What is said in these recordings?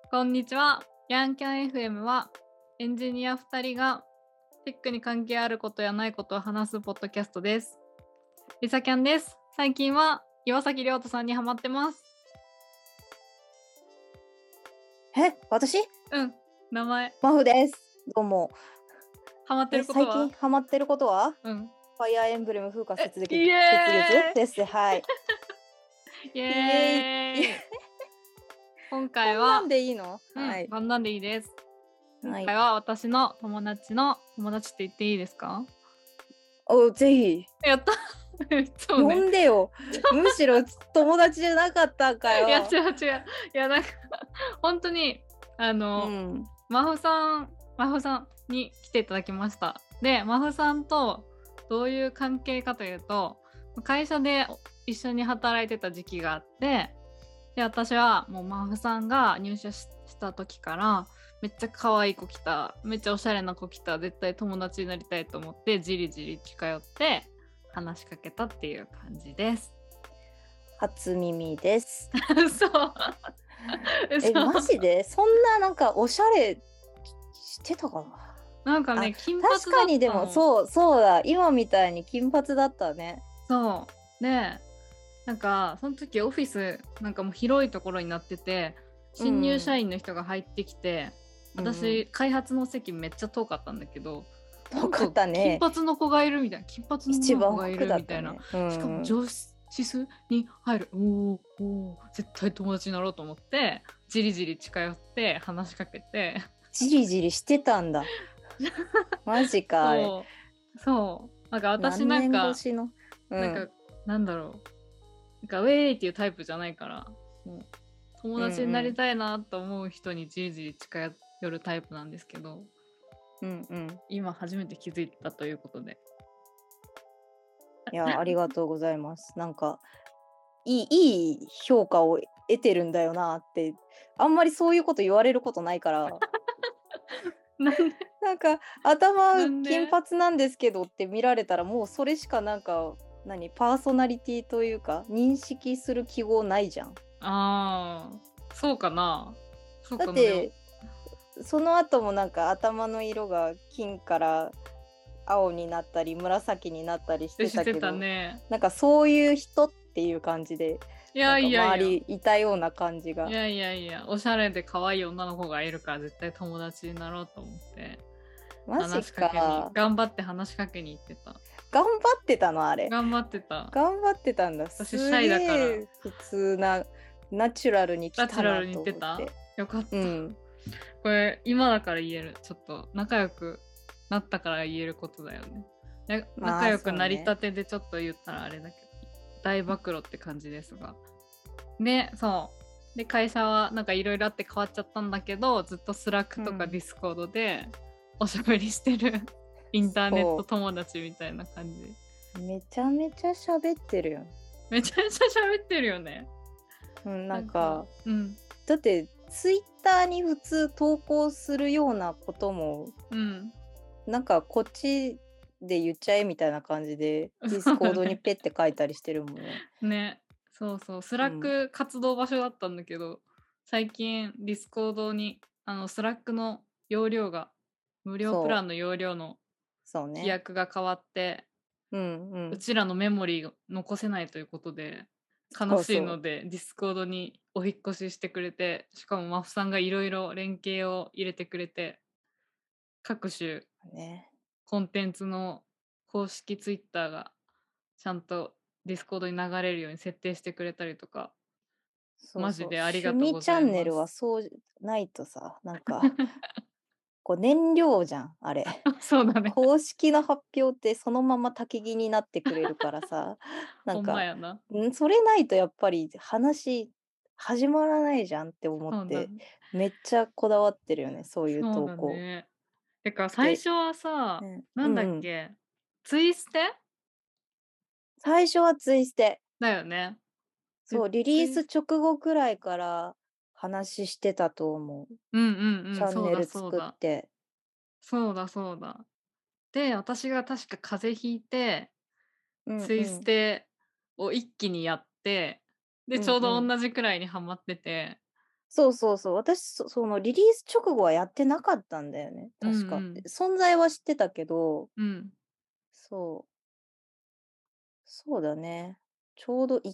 こんにちは。ヤンキャン FM はエンジニア2人がテックに関係あることやないことを話すポッドキャストです。リサキャンです。最近は岩崎亮太さんにハマってます。 私名前マフです。どうも。 ハマってること最は近ハマってることはファイアーエンブレム風化雪月イエーイです。はい。 イエーイ今回はこんなんでいいの？はい。 こんなんでいいです。 はい今回は私の友達の友達って言っていいですか？ ぜひやったそうね。 呼んでよ。むしろ友達じゃなかったんかよ。 いや違う。いやなんか本当にマフさんに来ていただきました。でマフさんとどういう関係かというと、会社で一緒に働いてた時期があって、で私はもうマフさんが入社した時からめっちゃ可愛い子来た、めっちゃおしゃれな子来た、絶対友達になりたいと思ってじりじり近寄って話しかけたっていう感じです。 初耳です。 そうマジでそんななんかおしゃれしてたかな。 なんかね、金髪だったの。 確かに。でもそうだ、今みたいに金髪だったね。 そうで、なんかその時オフィスなんかもう広いところになってて、新入社員の人が入ってきて、私開発の席めっちゃ遠かったんだけど、 遠かったね。 金髪の子がいるみたいな、金髪の子がいるみたいな、しかも上司に入る、お絶対友達になろうと思ってじりじり近寄って話しかけて。 じりじりしてたんだ。マジか。 そうなんか私なんか何年越しの、 なんかなんだろう、なんかウェイっていうタイプじゃないから、もう友達になりたいなと思う人にじりじり近寄るタイプなんですけど、今初めて気づいたということで。 いや、ありがとうございます。なんかいい評価を得てるんだよなって、あんまりそういうこと言われることないからなんか頭金髪なんですけどって見られたら、もうそれしかなんかパーソナリティというか認識する記号ないじゃん。 そうかな。 だってその後もなんか頭の色が金から青になったり紫になったりしてたけど、なんかそういう人っていう感じで周りいたような感じが。 いやおしゃれで可愛い女の子がいるから絶対友達になろうと思ってマジか。 頑張って話しかけに行ってた。 頑張ってたの？あれ頑張ってた。 頑張ってたんだ。 私シャイだから普通なナチュラルに来たなと思って。 ナチュラルに言ってた？よかった、これ今だから言える。ちょっと仲良くなったから言えることだよね。仲良くなりたてでちょっと言ったらあれだけど、大暴露って感じですが。でで会社はなんかいろいろあって変わっちゃったんだけど、ずっとスラックとかディスコードでおしゃべりしてるインターネット友達みたいな感じ。 めちゃめちゃ喋ってるよ。 めちゃめちゃ喋ってるよね。 なんかだってツイッターに普通投稿するようなことも、なんかこっちで言っちゃえみたいな感じでディスコードにペッて書いたりしてるもんね。 ね、そうスラック活動場所だったんだけど、最近ディスコードにスラックの容量が無料プランの容量の規約が変わって、うちらのメモリーが残せないということで悲しいので、ディスコードにお引っ越ししてくれて、しかもマフさんがいろいろ連携を入れてくれて、各種コンテンツの公式ツイッターがちゃんとディスコードに流れるように設定してくれたりとか、マジでありがとうございます。 趣味チャンネルはそうないとさ、なんかこう燃料じゃんあれ。 そうだね。 公式の発表ってそのまま焚き木になってくれるからさなんかそれないとやっぱり話始まらないじゃんって思って、めっちゃこだわってるよね、そういう投稿。 てか最初はさ、なんだっけ、ツイステ？ 最初はツイステだよね。 そう、リリース直後くらいから話してたと思う。チャンネル作って。 そうだ。で、私が確か風邪ひいて、ツイステを一気にやって、でちょうど同じくらいにハマってて、 そうそうそう。私、そのリリース直後はやってなかったんだよね、 うんう確か。 ん。 存在は知ってたけど、 うん。 そう、そうだね。ちょうど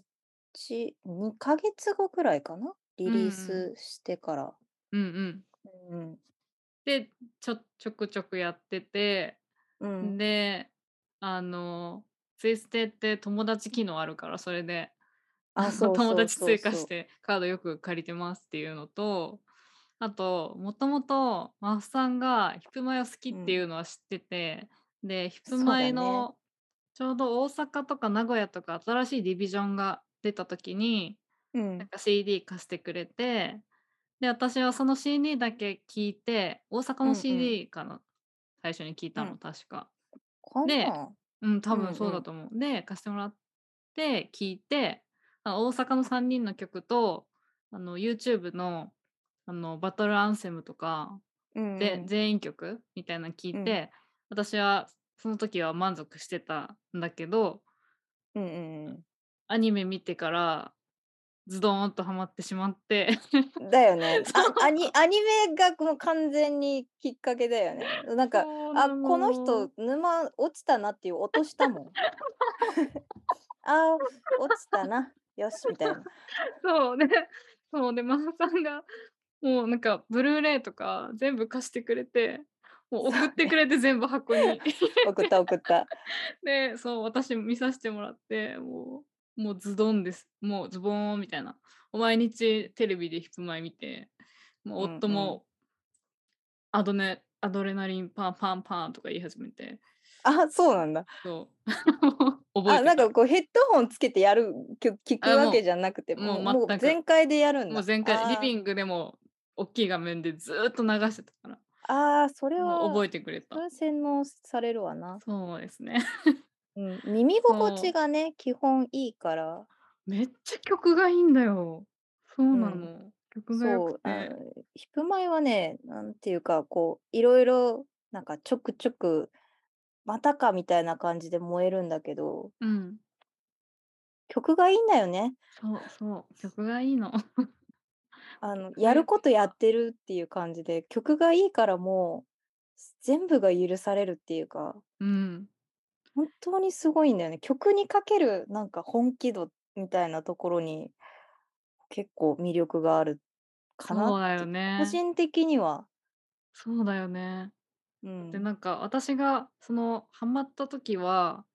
2ヶ月後くらいかな、リうんうリーん。 スしてから。 うんうん。 うん。 で、ちょくちょくやってて、 うん。 で、あの、ツイステって友達機能あるから、それで、 あ、そうそう友達そうそう。 追加してカードよく借りてますっていうのと、あと、もともとマフさんがヒップマイを好きっていうん。 うのは知ってて、で、ヒップそうマだね。 イのちょうど大阪とか名古屋とか新しいディビジョンが出た時に、 うん。 なんか CD 貸してくれて、で、私はその CD だけ聞いて、大阪のうんうん。 CD かな、最初に聞いたのうん。 確か。 かで、 な？ うん、多うん分そううん。 だと思う。で、貸してもらって聞いて、大阪の3人の曲と、YouTube の、バトルアンセムとか、 うんうん。 全員曲みたいなの聞いうん。 て、私はその時は満足してたんだけど、 うんうんうアニメ見てからズドーンとハマってしまって。 ん。だよね。 そう、 アニメがもう完全にきっかけだよね。なんか、あ、 そうなこの人の。 沼落ちたなっていう音したもん。ああ、落ちたな。よし、みたいな。 そう、で、そう、で、マサさんがもうなんかブルーレイとか全部貸してくれて、もう送ってくそうね。 れて全部箱に。 送った送った。 で、そう、私見させてもらって、もうズドンです。もうズボーンみたいな。毎日テレビでヒップマイ見て、もううんうん。 夫もアドレナリンパンパンパンとか言い始めて、 あ、そうなんだ。 そう、覚えあ、 てた。 なんかこうヘッドホンつけて聞くあ、 わけじゃなくて、 ももうう全く、 全開でやるんだ。 もう全開でリあビングでも大きい画面でずーっと流してたから、 あ、ああ、それはもう覚えてくれた。 洗脳されるわな。 そうですね。 うん、耳心地そがね、基本いいから。 う、めっちゃ曲がいいんだよ。そううん。 なの。曲が良くそう、 て。 ヒップマイはね、なんていうか、こう、いろいろ、なんかちょくちょく、またかみたいな感じで燃えるんだけど、 うん。 曲がいいんだよね。 そうそう、曲がいいの。曲がやる良くことやってさ。 てるっていう感じで、曲がいいからもう、全部が許されるっていうか、 うん。 本当にすごいんだよね。曲にかけるなんか本気度みたいなところに、結構魅力があるかなっそうだよて、個ね。 人的には。 そうだよね。で、 うん。 なんか私がそのハマった時は、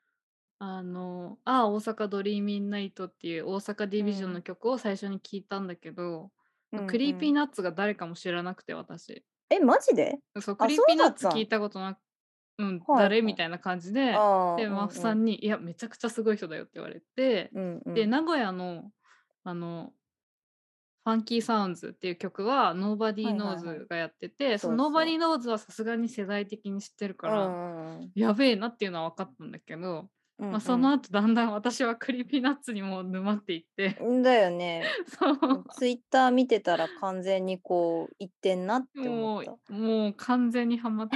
大阪ドリーミンナイトっていう大阪ディビジョンのうん。 曲を最初に聞いたんだけど、 うんうん。 クリーピーナッツが誰かも知らなくて、私。 え、マジで？ そう、クあ、そうリーピーナッツ聞いだったん？ たことなく、うん、誰？みはいはい。 たいな感じで、 ああ、 で、マフうんうん。 さんに、いや、めちゃくちゃすごい人だよって言われて、で、 うんうん。 名古屋の、あの、ファンキーサウンズっていう曲は Nobody はいはいはい。 Knows がやってて、そのそうそ Nobody Knows はさすがに世代的に知ってるう。うから、 んうんうん。 やべえなっていうのは分かったんだけど、 うんその後だんだん私はクリーピーナッツにも沼っていって、 うん。だよね。 そう。 ツイッター見てたら完全にこう、いってんなって思った。 もう完全にハマって、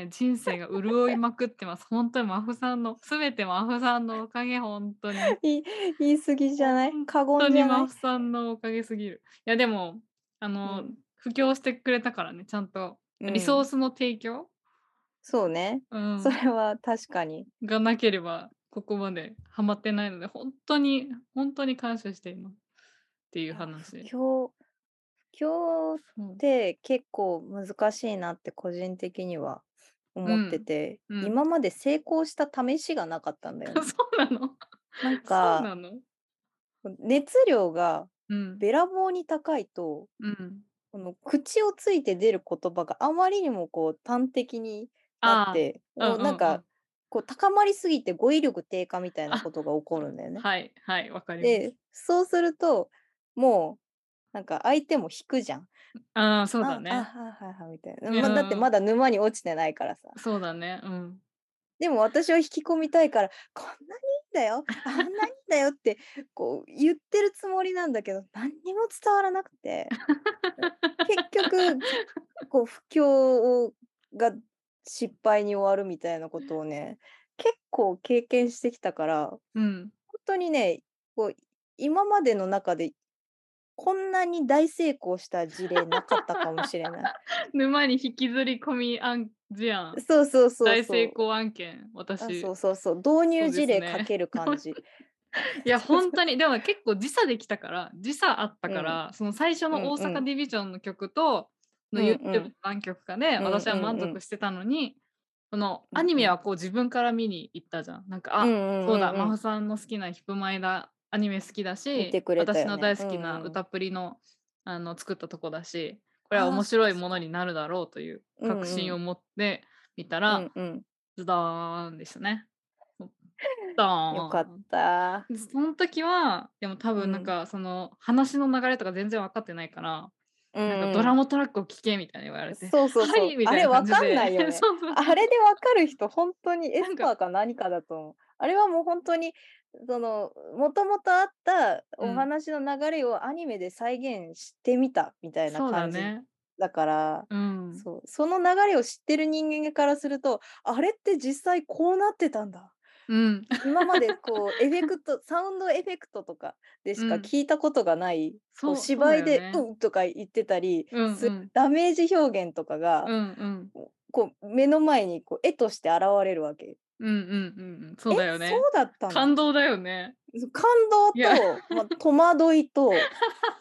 人生が潤いまくってます。本当にマフさんの全てマフさんのおかげ、本当に。 い言い過ぎじゃない？ 本過当言じゃない？ にマフさんのおかげすぎる。いやでも、 うん。 布教してくれたからね、ちゃんと。リソーうん。 スの提供、 そうね。そうん、 れは確かに。 がなければ、ここまでハマってないので、本当に感謝していますっていういや、 話。 不況っそう。 て結構難しいなって個人的には思ってうん。 て、 うん。 今まで成功した試しがなかったんだよね。 そうなの？ なんか、 そうなの？ 熱量がうん。 べらぼうに高いと、 うん。 この口をついて出る言葉があまりにもこう端的になっあて、 あ、うんもうなんか、 うんうん。 こう高まりすぎて語彙力低下みたいなあ、 ことが起こるんだよね。 はいはい、わかります。 で、そうすると、もうなんか相手も引くじゃん。 ああ、そうだあ、あ、 ね。 はいはいはいみたいな。 うんだってうん。 まだ沼に落ちてないからさ。 そうだね、うん。 でも私は引き込みたいから、こんなにいいんだよ、あんなにいいんだよって、こう言ってるつもりなんだけど、何にも伝わらなくて、結局、こう不況が失敗に終わるみたいなことをね、結構経験してきたから、 うん。 本当にね、こう今までの中でこんなに大成功した事例なかったかもしれない。 沼に引きずり込み事案。 そうそうそう大成そう。 功案件、 そ私。 うそうそう。導そう入事例ですね。 かける感じ。 いや、本当に、でも結構時差できたから、時差あったうん。 から、その最初うの大阪んうん。 ディビジョンの曲と、 うんう YouTube のん。 何曲かで、 うん私はうんうん。 満足してたのに、そのうんうん。 アニメはこう自分から見に行ったじゃん。なんか、 うんうあ、そうだ、 んうんうん。 真帆さんの好きなヒップマイだ、アニメ好きだし、 見てくれた私よね。 の大好きうんうん。 な歌プリの、作ったとこだし、これはああ、 面そっかそっか。 白いものになるだろうといううんうん。 確信を持って見たうら、 んうん。 ズドーンでしたね。ドよかっーン。 た。 で、その時は、でも多うん。 分なんかその話の流れとか全然分かってないから、 うんなんかドうん。 ラムトラックを聴けみたいに言われて、 そうそうそう。 はいみたいな感あれわかんなじで、 いよね。 そうそうそう。 あれでわかる人、本当にエスなんか、 パーか何かだと思う。あれはもう本当に、もともとあったおうん、 話の流れをアニメで再現してみたみたいなそうだ感じね。 だから、 うん。 そう、その流れを知ってる人間からすると、あれって実際こうなってたんだ。 うん。 今までこうエフェクトサウンドエフェクトとかでしかうん。 聞いたことがない、こうそうだ芝居でよね。 「うん」とか言ってたりするうんうん。 ダメージ表現とかが、 うんうん。 こう目の前にこう絵として現れるわけ。 うんうんうんうん。そうだよそね。 うだったんだ。 感動だよね。 感動いや、 と、戸惑いと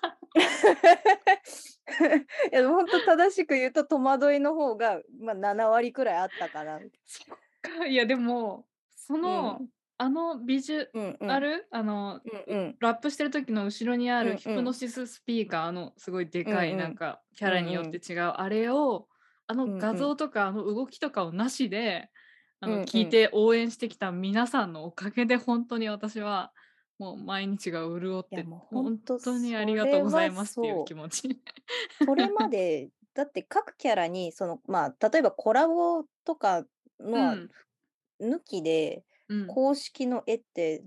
いや、ほんと正しく言うと戸惑いの方が、7割くらいあったかなみたいそっか。いやでも、そな。うの、 ん。 あのビジュうんうん。 アル、 うんうん。 ラップしてる時の後ろにあるヒプノうんうん。 シススピーカーのすごいでうんかいなんうん。 かキャラによってうんうん。 違うあれを、あの画うんうん。 像とかあの動きとかをなしで、聞いうんうん。 て応援してきた皆さんのおかげでほんとに私は、もう毎日が潤っいや、 て、 もうほんほんととにありがとうございそれはますっていうそう。 気持ち。 それまで、だって各キャラに例えばコラボとかのはうん、 抜きで、 うん。 公式の絵って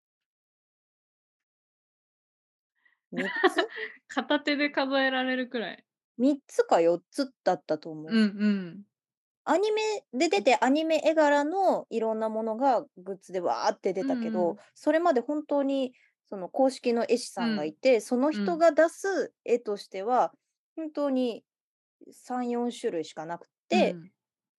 3つ片手で数えられるくらい。 ？3つか4つだったと思う。 うんうん。 アニメで出て、アニメ絵柄のいろんなものがグッズでわーって出うんたけど、 うん。 それまで本当にその公式の絵師さんがいうん。 て、そのうん。 人が出す絵としては、本当に3、4種類しかなくて、 うん。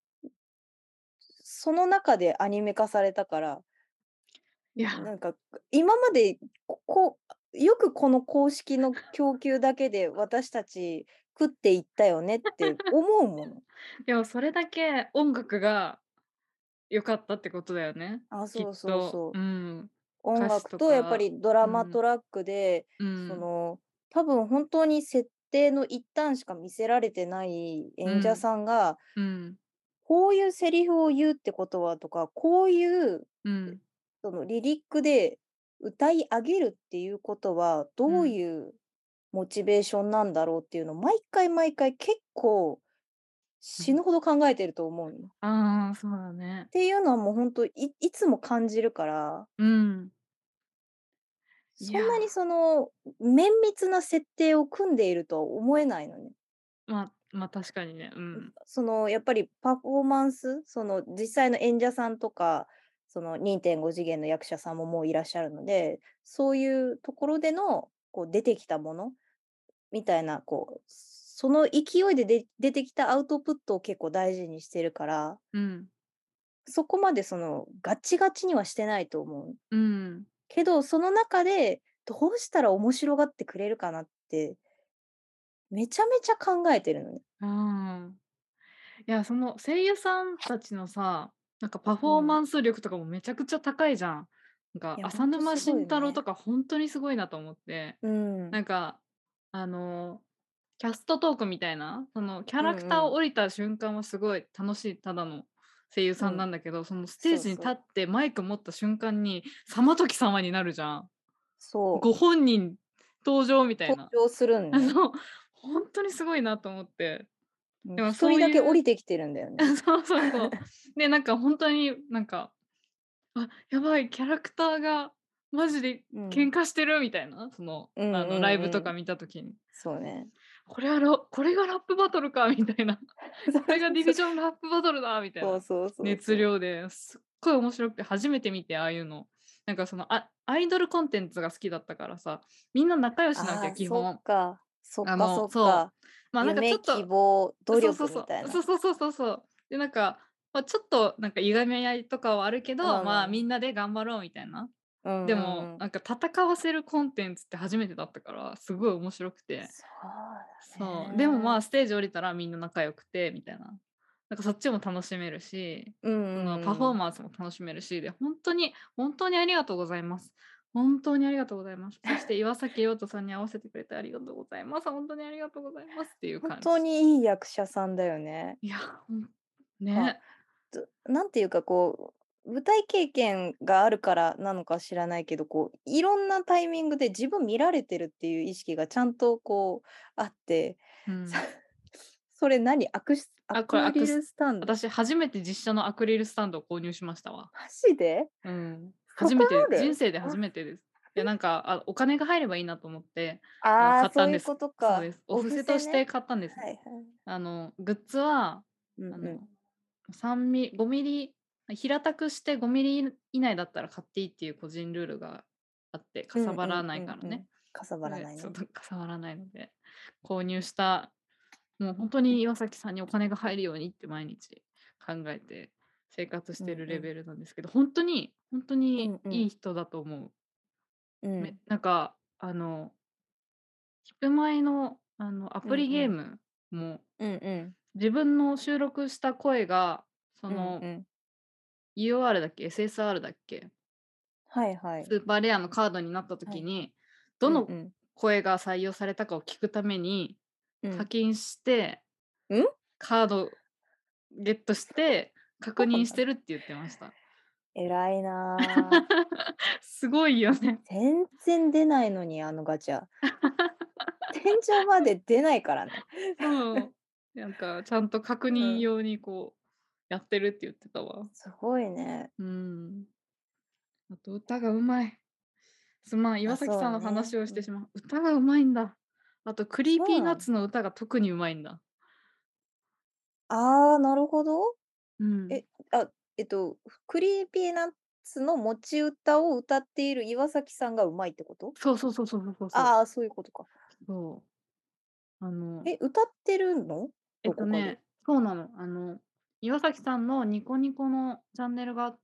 その中でアニメ化されたから、 いや、 なんか今まで、よくこの公式の供給だけで私たち食っていったよねって思うもの。 でもそれだけ音楽が良かったってことだよね。 あ、 きっそうそうと。 そう。 うん。 音歌詞楽とやっぱとか、 りドラうん、 マトラックで、 うん、 多分本当に設定の一端しか見せられてない演者うん、 さんが、 うん、 こういうセリフを言うってことはとか、こういううん、 そのリリックで歌い上げるっていうことは、どううん。 いうモチベーションなんだろうっていうのを毎回毎回結構うん。 死ぬほど考えてると思うの。っああ、そうだね。 ていうのはもう本当いつも感じるから、 うん。いや、 そんなに綿密な設定を組んでいるとは思えないのね。 確かにね。うん。 やっぱりパフォーマンス、実際の演者さんとか、2.5次元の役者さんももういらっしゃるので、そういうところでの、こう出てきたものみたいな、その勢いで出てきたアウトプットを結構大事にしてるから、 うん、 そこまでガチガチにはしてないと思う。 うん。 けど、その中で、どうしたら面白がってくれるかなって、めちゃめちゃ考えてるのね。 ああ。いや、その声優さんたちのさ、なんかパフうん。 ォーマンス力とかもめちゃくちゃ高いじゃん。なんかいや、ほ浅んとすご沼慎いよね。 太郎とかほんとにすごいなと思って。 うん。 なんか、あの、キャストトークみたいな、そのキャうんラクターうん。 を降りた瞬間はすごい楽しいただの声優さんうん。 なんだけど、そのステージに立そうそう。 ってマイク持った瞬間に、さまとき様になるじゃん。 そう。 ご本人登場みたいな。 登場するんね。 そう、ほんとにすごいなと思って。 もうでも 1人だけ降そういうりてきてるんだよね。 そうそうそう。で、なんかほんとになんか、あ、やばい、キャラクターがマジでうん。 喧嘩してるみたいな、 うんうんライブうん。 とか見た時に、 そうね。 これがラップバトルかみたいな、 そうこれがディそうビジョンラップバトルだみたいなそうそうそう熱そう。 量ですっごい面白くて初めて見て、ああいうの。 なんかそのアイドルコンテンツが好きだったからさ、みんな仲良しなわけよ、 ああ、そっ基本。 か。そっかそっそか。 う。まあなんかちょ夢、 っと、 希望、努そうそうそう。 力みたいな。 そうそうそうそうそう。で、なんか、まあ、ちょっとなんかいがみ合いとかはあるけど、まあみまあまあまあ。 んなで頑張ろうみたいな。 うんでも、 うんうん。 なんか戦わせるコンテンツって初めてだったから、すごい面白くて。 そうだそう。でもまあね。 ステージ降りたらみんな仲良くてみたいな。なんかそっちも楽しめるし、 うんそのうんうん。 パフォーマンスも楽しめるし、で、本当に本当にありがとうございます。本当にありがとうございます。そして岩崎陽人さんに合わせてくれてありがとうございます。本当にありがとうございますっていう本感じ。 当にいい役者さんだよね。 いや、 か、 ね。 なんていうかこう、舞台経験があるからなのか知らないけど、こう、いろんなタイミングで自分見られてるっていう意識がちゃんとこうあって、さうん。 それ何、アあ、これクリルスタンド？ 私初めて実写のアクリルスタンドを購入しましたわ。 マジで？ うん。 そこ人ある？ 生で初めてです。いやなんか、お金が入ればいいなと思って、 ああー、 買ったんです。 そういうことか。 そうです。おお布布施ね。 施として買ったんです。 はいはい。 グッズは、 うんうん。 あの、3ミリ、5ミリ、平たくして5ミリ以内だったら買っていいっていう個人ルールがあって、かうんうんさばらなうんうん。 いからね。 かさばらで、 ないね。 ちょっとかさばらないので、購入した、もう本当に岩崎さんにお金が入るようにって毎日考えて生活してるレうんうん。 ベルなんですけど、本当に本当にうんうん。 いい人だと思う。 うん。 なんか、ヒップマイの、アプリうんうん。 ゲームも、 うんうん。 自分の収録した声が、その、 うんうん。 UR だっけ、SSR だっけ、 はいはい。 スーパーレアのカードになったはいはい。 時に、どのうんうん。 声が採用されたかを聞くために、 うん。 課金して、 ん？ カードゲットして確認してるって言ってました。 偉いな。 すごいよね。 全然出ないのに、あのガチャ。天井まで出ないからね。 そう。なんかちゃんと確うん。 認用にこうやってるって言ってたわ。 すごいね。 うん。あと歌がうまい。まあ、岩あ、 崎さんのそうね。 話をしうん。 てしまう。歌がうまいんだ。あとクリーピーナッそうなの？ ツの歌が特にうまいんだ。 ああ、なるほど。 うん。 え、あ、クリーピーナッツの持ち歌を歌っている岩崎さんが上手いってこと？ そうそうそうそうそうそう。 ああ、そういうことか。 そう。 え、歌ってるの？どこかで。 そうなの。岩崎さんのニコニコのチャンネルがあって、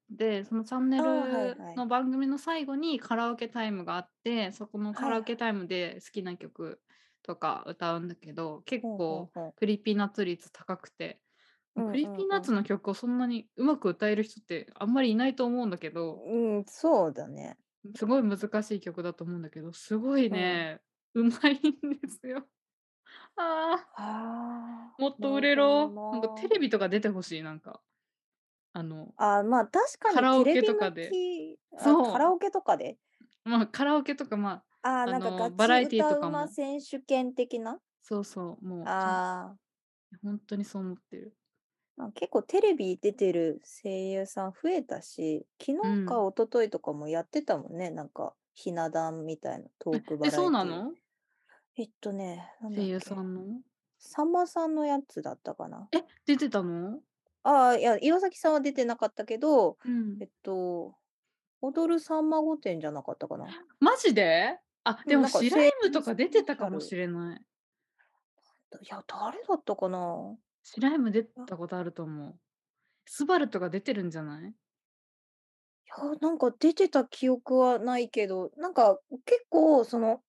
そのチャンネああ、はいルはい。 の番組の最後にカラオケタイムがあって、そこのカはいはい。 ラオケタイムで好きな曲とか歌うんだけど、結ほうほう構ほう。 クリーピーナッツ率高くて、 うんクリーピーうんうん。 ナッツの曲をそんなにうまく歌える人ってあんまりいないと思うんだけど、 うん、そうだね。 すごい難しい曲だと思うんだけど、すごいうん。 ね、うまいんですよ。ああ、 はあ、 もっと売なるほどれろ。なんかテな。 レビとか出てほしい、なんか。あの、 あ、まあ、確かカにテレラオケビ向とかで。 きカそう。 ラオケとかで？ まあ、カラオケとか、まああ、 あ、 なんかガチバラエティ歌うまとかも、 選手権的な？ そうそう、もう、 あほんとにそう思ってる。 あ、結構テレビ出てる声優さん増えたし、昨日かうん。 一昨日とかもやってたもんね、なんか、ひな壇みたいなトークバラそうエティ。 なの？ なん声優さだっけ、 んの？ さんまさんのやつだったかな。 出てたの？ ああ、いや、岩崎さんは出てなかったけど、 うん。 踊るさんま御殿じゃなかったかな。 マジで？でうん、 もなんか白声優スムとか出てペたかもしシャル。 れない。 いや、誰だったかな。 白ム出あ、 たことあると思う。スバルとか出てるんじゃない？ いや、なんか出てた記憶はないけど、なんか結構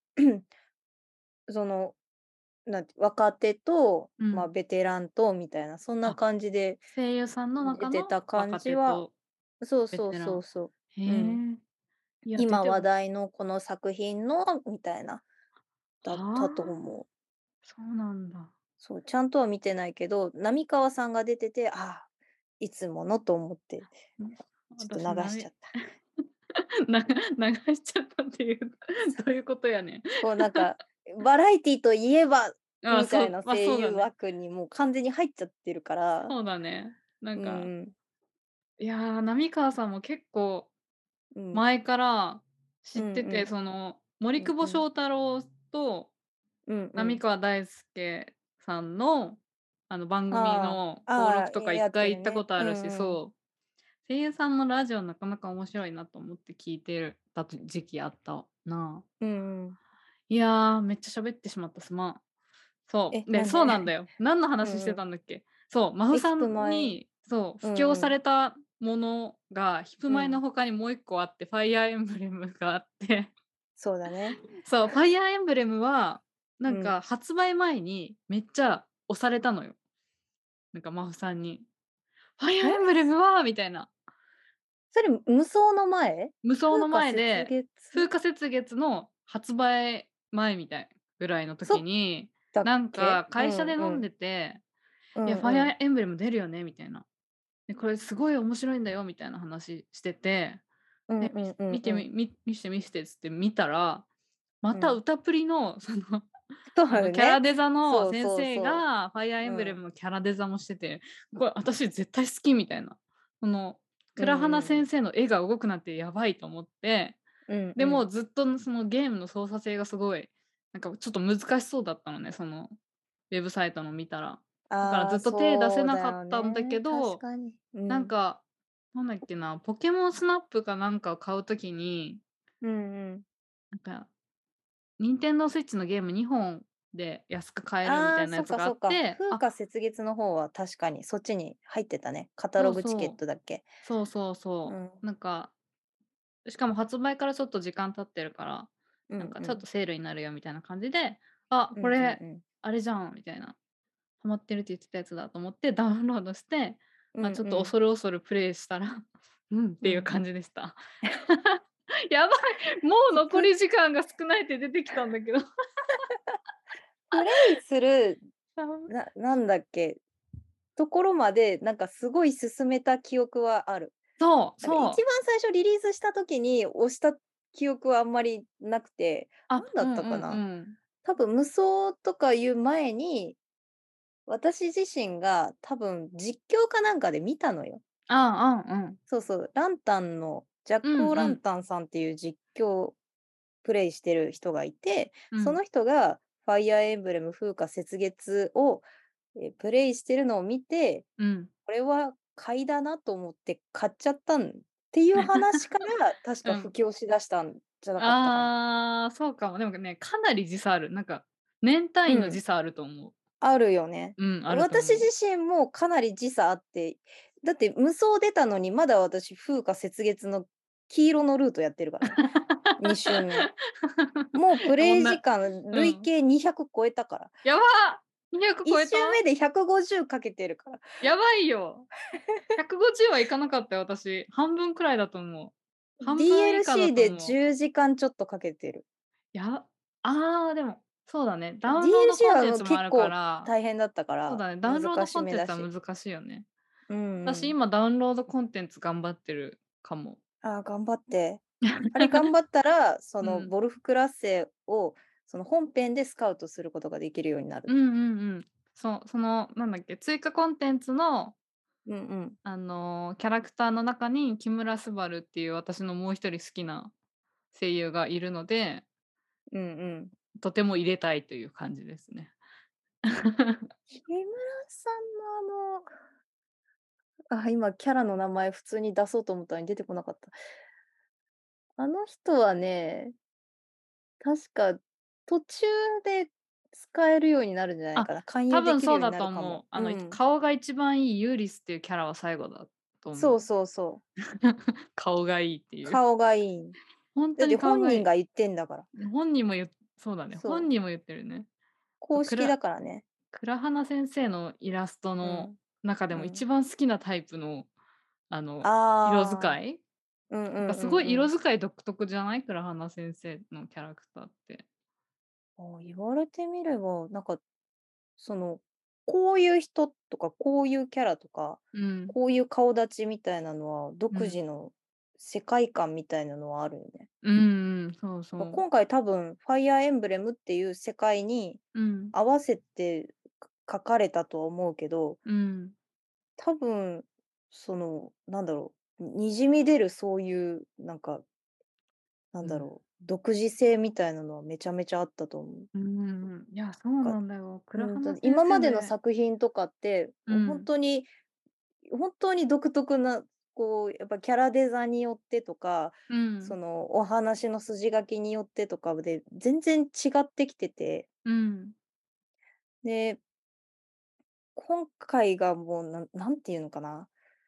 その、若手と、まあ、 うん。 ベテランとみたいな、そんなあ、 感じで声優さんの中の出てた感若じは、 手とそうそうベテラン。 そうそう。 へうん。 え。いや、出今てほしい。 話題のこの作品のみたいな、だったとはあ、 思う。 そうなんだ。 そう、ちゃんとは見てないけど、浪川さんが出てて、ああ、いつものと思って、 うん、 ちょっと流しちゃった。 な流しちゃったっていう、どういうことやねん。 こうなんか、バラエティといえばみたいな声優そうだね。 枠にもう完全に入っちゃってるから、 そうだね。なうんか、 んいや、浪川さんも結構うん、 前から知ってて、 うんうん、 その、森久保うんうん、 祥太郎とうんうん。 浪川大輔さんの、番組あのあ、 登ああ、 録とか一やって回行ったこるね。うとあるし、 んうん。 そう。 声優さんのラジオなかなか面白いなと思って聞いてた時期あったな。 うんうん。 いや、めっちゃ喋ってしまった、すまん。そう。で、 なんで？ そうなんだよ。何の話してうんうん。 たんだっけ？そう、まふさヒップマイ。 に、そう、布教うんうん。 されたものが、ヒップマイのうん。 他にもう一個あって、ファイアーエンブレムがあって、 そうだね。 そう、ファイアーエンブレムは、なうん。 んか発売前にめっちゃ押されたのよ。なんかまふさんに。ファイアーエンブレムはみたいな。 それ無双の前？ 無双の風花雪前で、風月花雪月の発売前みたいぐらいのそっ時に、 だっなんけ？ か会社で飲んでて、いや、ファイうんうん。 アーエンブレム出るよねみたいな。で、これすごい面白いんだよみたいな話してて、え、 うんうんうん見てうん。 見して見してっつって見たら、またうん。 歌プリのそうあのキャだね。 ラデザのそう先生そうそがファイアーエう。うンブレムん。 のキャラデザもしてて、これ私絶対好きみたいな。そのうん倉花うん。 先生の絵が動くなんてやばいと思って、 うんうん。 でもずっとそのゲームの操作性がすごい、なんかちょっと難しそうだったのね、そのウェブサイトの見たら。だからああ、 ずっと手出せなかそうだよったんだけね。確ど、 かに。うん。 なんか、なんだっけな、ポケモンスナップかなんかを買うときに、 うんうん。 なんか、ニンテンドースイッチのゲーム2本で安く買えるみたああ、そっいなやつがあかそっか。 って、あ、 風花雪月の方は確かにそっちに入ってたね。カタそうログチケッそう、 トだっけ？ そうそうそうん。 う、なんか、しかも発売からちょっと時間経ってるから、なんかちょっうんうん。 とセールになるよみたいな感じで、あ、 うんうんこれ、 うん。 あれじゃんみたいな、ハマってるって言ってたやつだと思ってダウンロードして、 うまあ、ちょっんうん。 と恐る恐るプレイしたらうんっていううん。 感じでした。やばい、もう残プり時間が少ないって出てきたんだけど。 プレイする、 あんなんだっけ、ところまで、なんかすごい進めた記憶はある。 そうなんか一番そう。 最初リリースした時に押した記憶はあんまりなくて、なあ、 んだうんうんうったかな。 ん。 多分無双とかいう前に、私自身が多分実況かなんかで見たのよ。 ああ、うんうん。 そうそう、ランタンのジャッうク・オー・ランんうん。 タンさんっていう実況プレイしてる人がいて、そうん。 の人がファイアーエンブレム風花雪月を、プレイしてるのを見て、 うん。 これは買いだなと思って買っちゃったんっていう話から、確か布うん。 教しだしたんじゃなかったかな。 ああ、そうかも。でもね、かなり時差ある。なんか、年単位のうん、 時差あると思う。 あるよね。 うん、あると私思う。 自身もかなり時差あって、だって無双出たのにまだ私風花雪月の黄色のルートやってるからね。2周目。もうプレイ時間うん。 累計200超えたから。 やば！200超え 1 た？ 周目で150かけてるから。 やばいよ。150はいかなかったよ、私。半分くらいだと思う。半分以下だ DLC でと思う。 10時間ちょっとかけてる。 でも、そうだね。ダウンロード DLC コンはもうテンツもあるか結構ら、 大変だったから、 そうだね、ダウンロー難しドコンテンめだし。 ツは難しいよね。 うんう私、 ん。 今ダウンロードコンテンツ頑張ってるかも。 ああ、頑張って。あれ頑張ったら、そのうん。 ボルフクラッセを、その本編でスカウトすることができるようになる。 うんうんうん。そう、なんだっけ、追加コンテンツの、 うんうん。 キャラクターの中に木村昴っていう私のもう一人好きな声優がいるので、 うんうん。 とても入れたいという感じですね。 木村さんの今キャラの名前普通に出そうと思ったのに出てこなかった。あの人はね、確か途中で使えるようになるんじゃないあ、 かな。勧誘で多分そうだきるようになるかも。 と思う。 うん。 顔が一番いいユーリスっていうキャラは最後だと思う。 そうそうそう。 顔がいいっていう。 顔がいい。 本当にだって本顔がいい。 人が言ってんだから。 本人もそうだね、 そう。 本人も言ってるね。 公式だからね。 倉花先生のイラストのうん。 中でも一うん。 番好きなタイプの、色ああ。 使いうんうなんかんうすごい色んうん。 使い独特じゃない？倉花先生のキャラクターって。 言われてみれば、その、こういう人とか、こういうキャラとか、 うん、 こういう顔立ちみたいなのは、 うん。 独自の世界観みたいなのはあるよね。 うんうん、そうそう。 今回多分、ファイアーエンブレムっていう世界にうん、 合わせて書かれたとは思うけど、 うん、 多分、にじみ出るそういう、 うん。 独自性みたいなのはめちゃめちゃあったと思う。 うんうんうん。いや、そうかなんだよ。倉花先今までの生ね。 作品とかって、もううん、 本当に独特なこうやっぱキャラデザによってとか、 うん。 そのお話の筋書きによってとかで全然違ってきてて、 うん。 で、今回がもうなんていうのかな、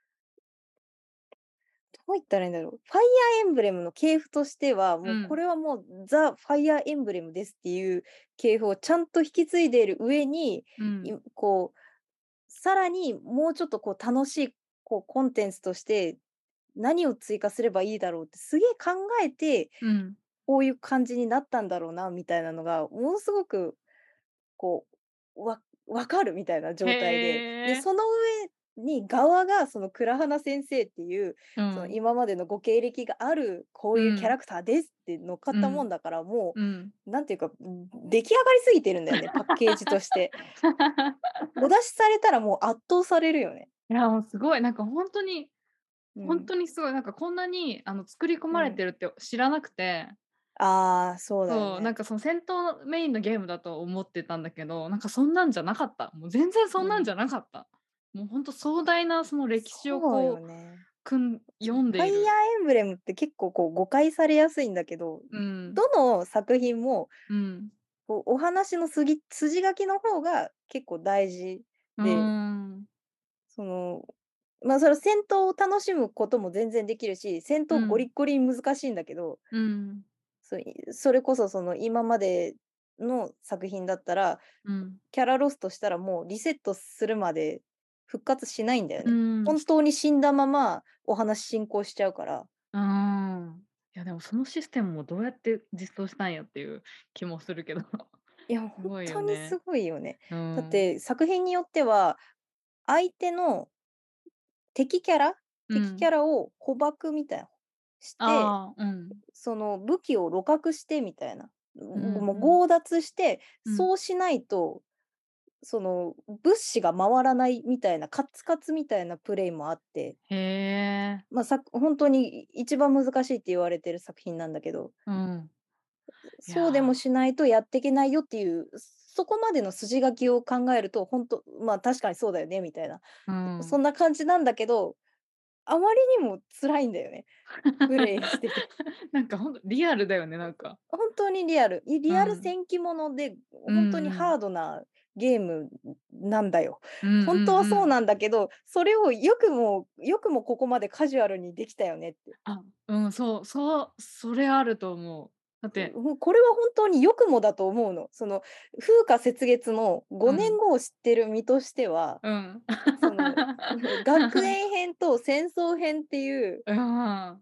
どう言ったらいいんだろう。ファイアーエンブレムの系譜としては、もうこうん。 れはもうザ・ファイアーエンブレムですっていう系譜をちゃんと引き継いでいる上に、 うん。 こう、さらにもうちょっとこう楽しいこうコンテンツとして何を追加すればいいだろうってすげえ考えて、 うん。 こういう感じになったんだろうなみたいなのが、ものすごくこ分かるみたいなへ状態で、で、 え。 その上に側がその倉花先生っていう、そのうん。 今までのご経歴がある、こういうキャうん。 ラクターですって乗っかったもうん。 んだから、もうん。 う、なんていうか、出来上がりすぎてるんだよね、パッケージとして。お出しされたらもう圧倒されるよね。 いや、もうすごい、なんかほんうん。 とにすごい、なんかこんなに作り込まれうん。 てるって知らなくて、 ああ、そうだよそう、なんね。 かその戦闘メインのゲームだと思ってたんだけど、なんかそんなんじゃなかった。もう全然そうん。 んなんじゃなかった。もうほんと壮大なその歴史をそうよこう、 ね。そう、 読んファイアでいる。 ーエンブレムって結構こう誤解されやすいんだけど、 うん。 どの作品もうん。 こうお話の筋書きの方が結構大事うーで、 ん。 その、それ戦闘を楽しむことも全然できるし、戦闘ゴリうん。 ッゴリに難しいんだけど、 うん。 それこそその今までの作品だったら、 うん。 キャラロストしたらもうリセットするまで復活しないんだよね。 うーん。 本当に死んだままお話進行しちゃうから。 うーん。いやでもそのシステムもどうやって実装したんやっていう気もするけど。 いや、 すごいよ本当にすね。 ごいよね。 うん。 だって作品によっては、相手の敵キャラ敵キうん。 ャラを捕獲みたいなして、 ああ、うん。 その武器を露獲してみたいな、 うんうん。 もう強奪して、 うん。 そうしないと、その物資が回らないみたいな、カツカツみたいなプレイもあって、 へえ。 本当に一番難しいって言われてる作品なんだけど、 うん。いそうでもや、 しないとやっていけないよっていう、そこまでの筋書きを考えると、本当確かにそうだよねみたいな、 うん。 そんな感じなんだけど、あまりにも辛いんだよね、プレイしてて。 なんかほんとリアルだよね、なんか。 本当にリアル。リアルうん。 戦記もので、 うん本当にうん。 ハードなゲームなんだよ。 うんうん本当はうん。 そうなんだけど、それをよくもここまでカジュアルにできたよねって。 あ、うん、それあると思う。だってこれは本当によくもだと思うの。その、風花雪月の5 うん。 年後を知ってる身としては、 うん。 その、学園編と戦争編っていう、 うん。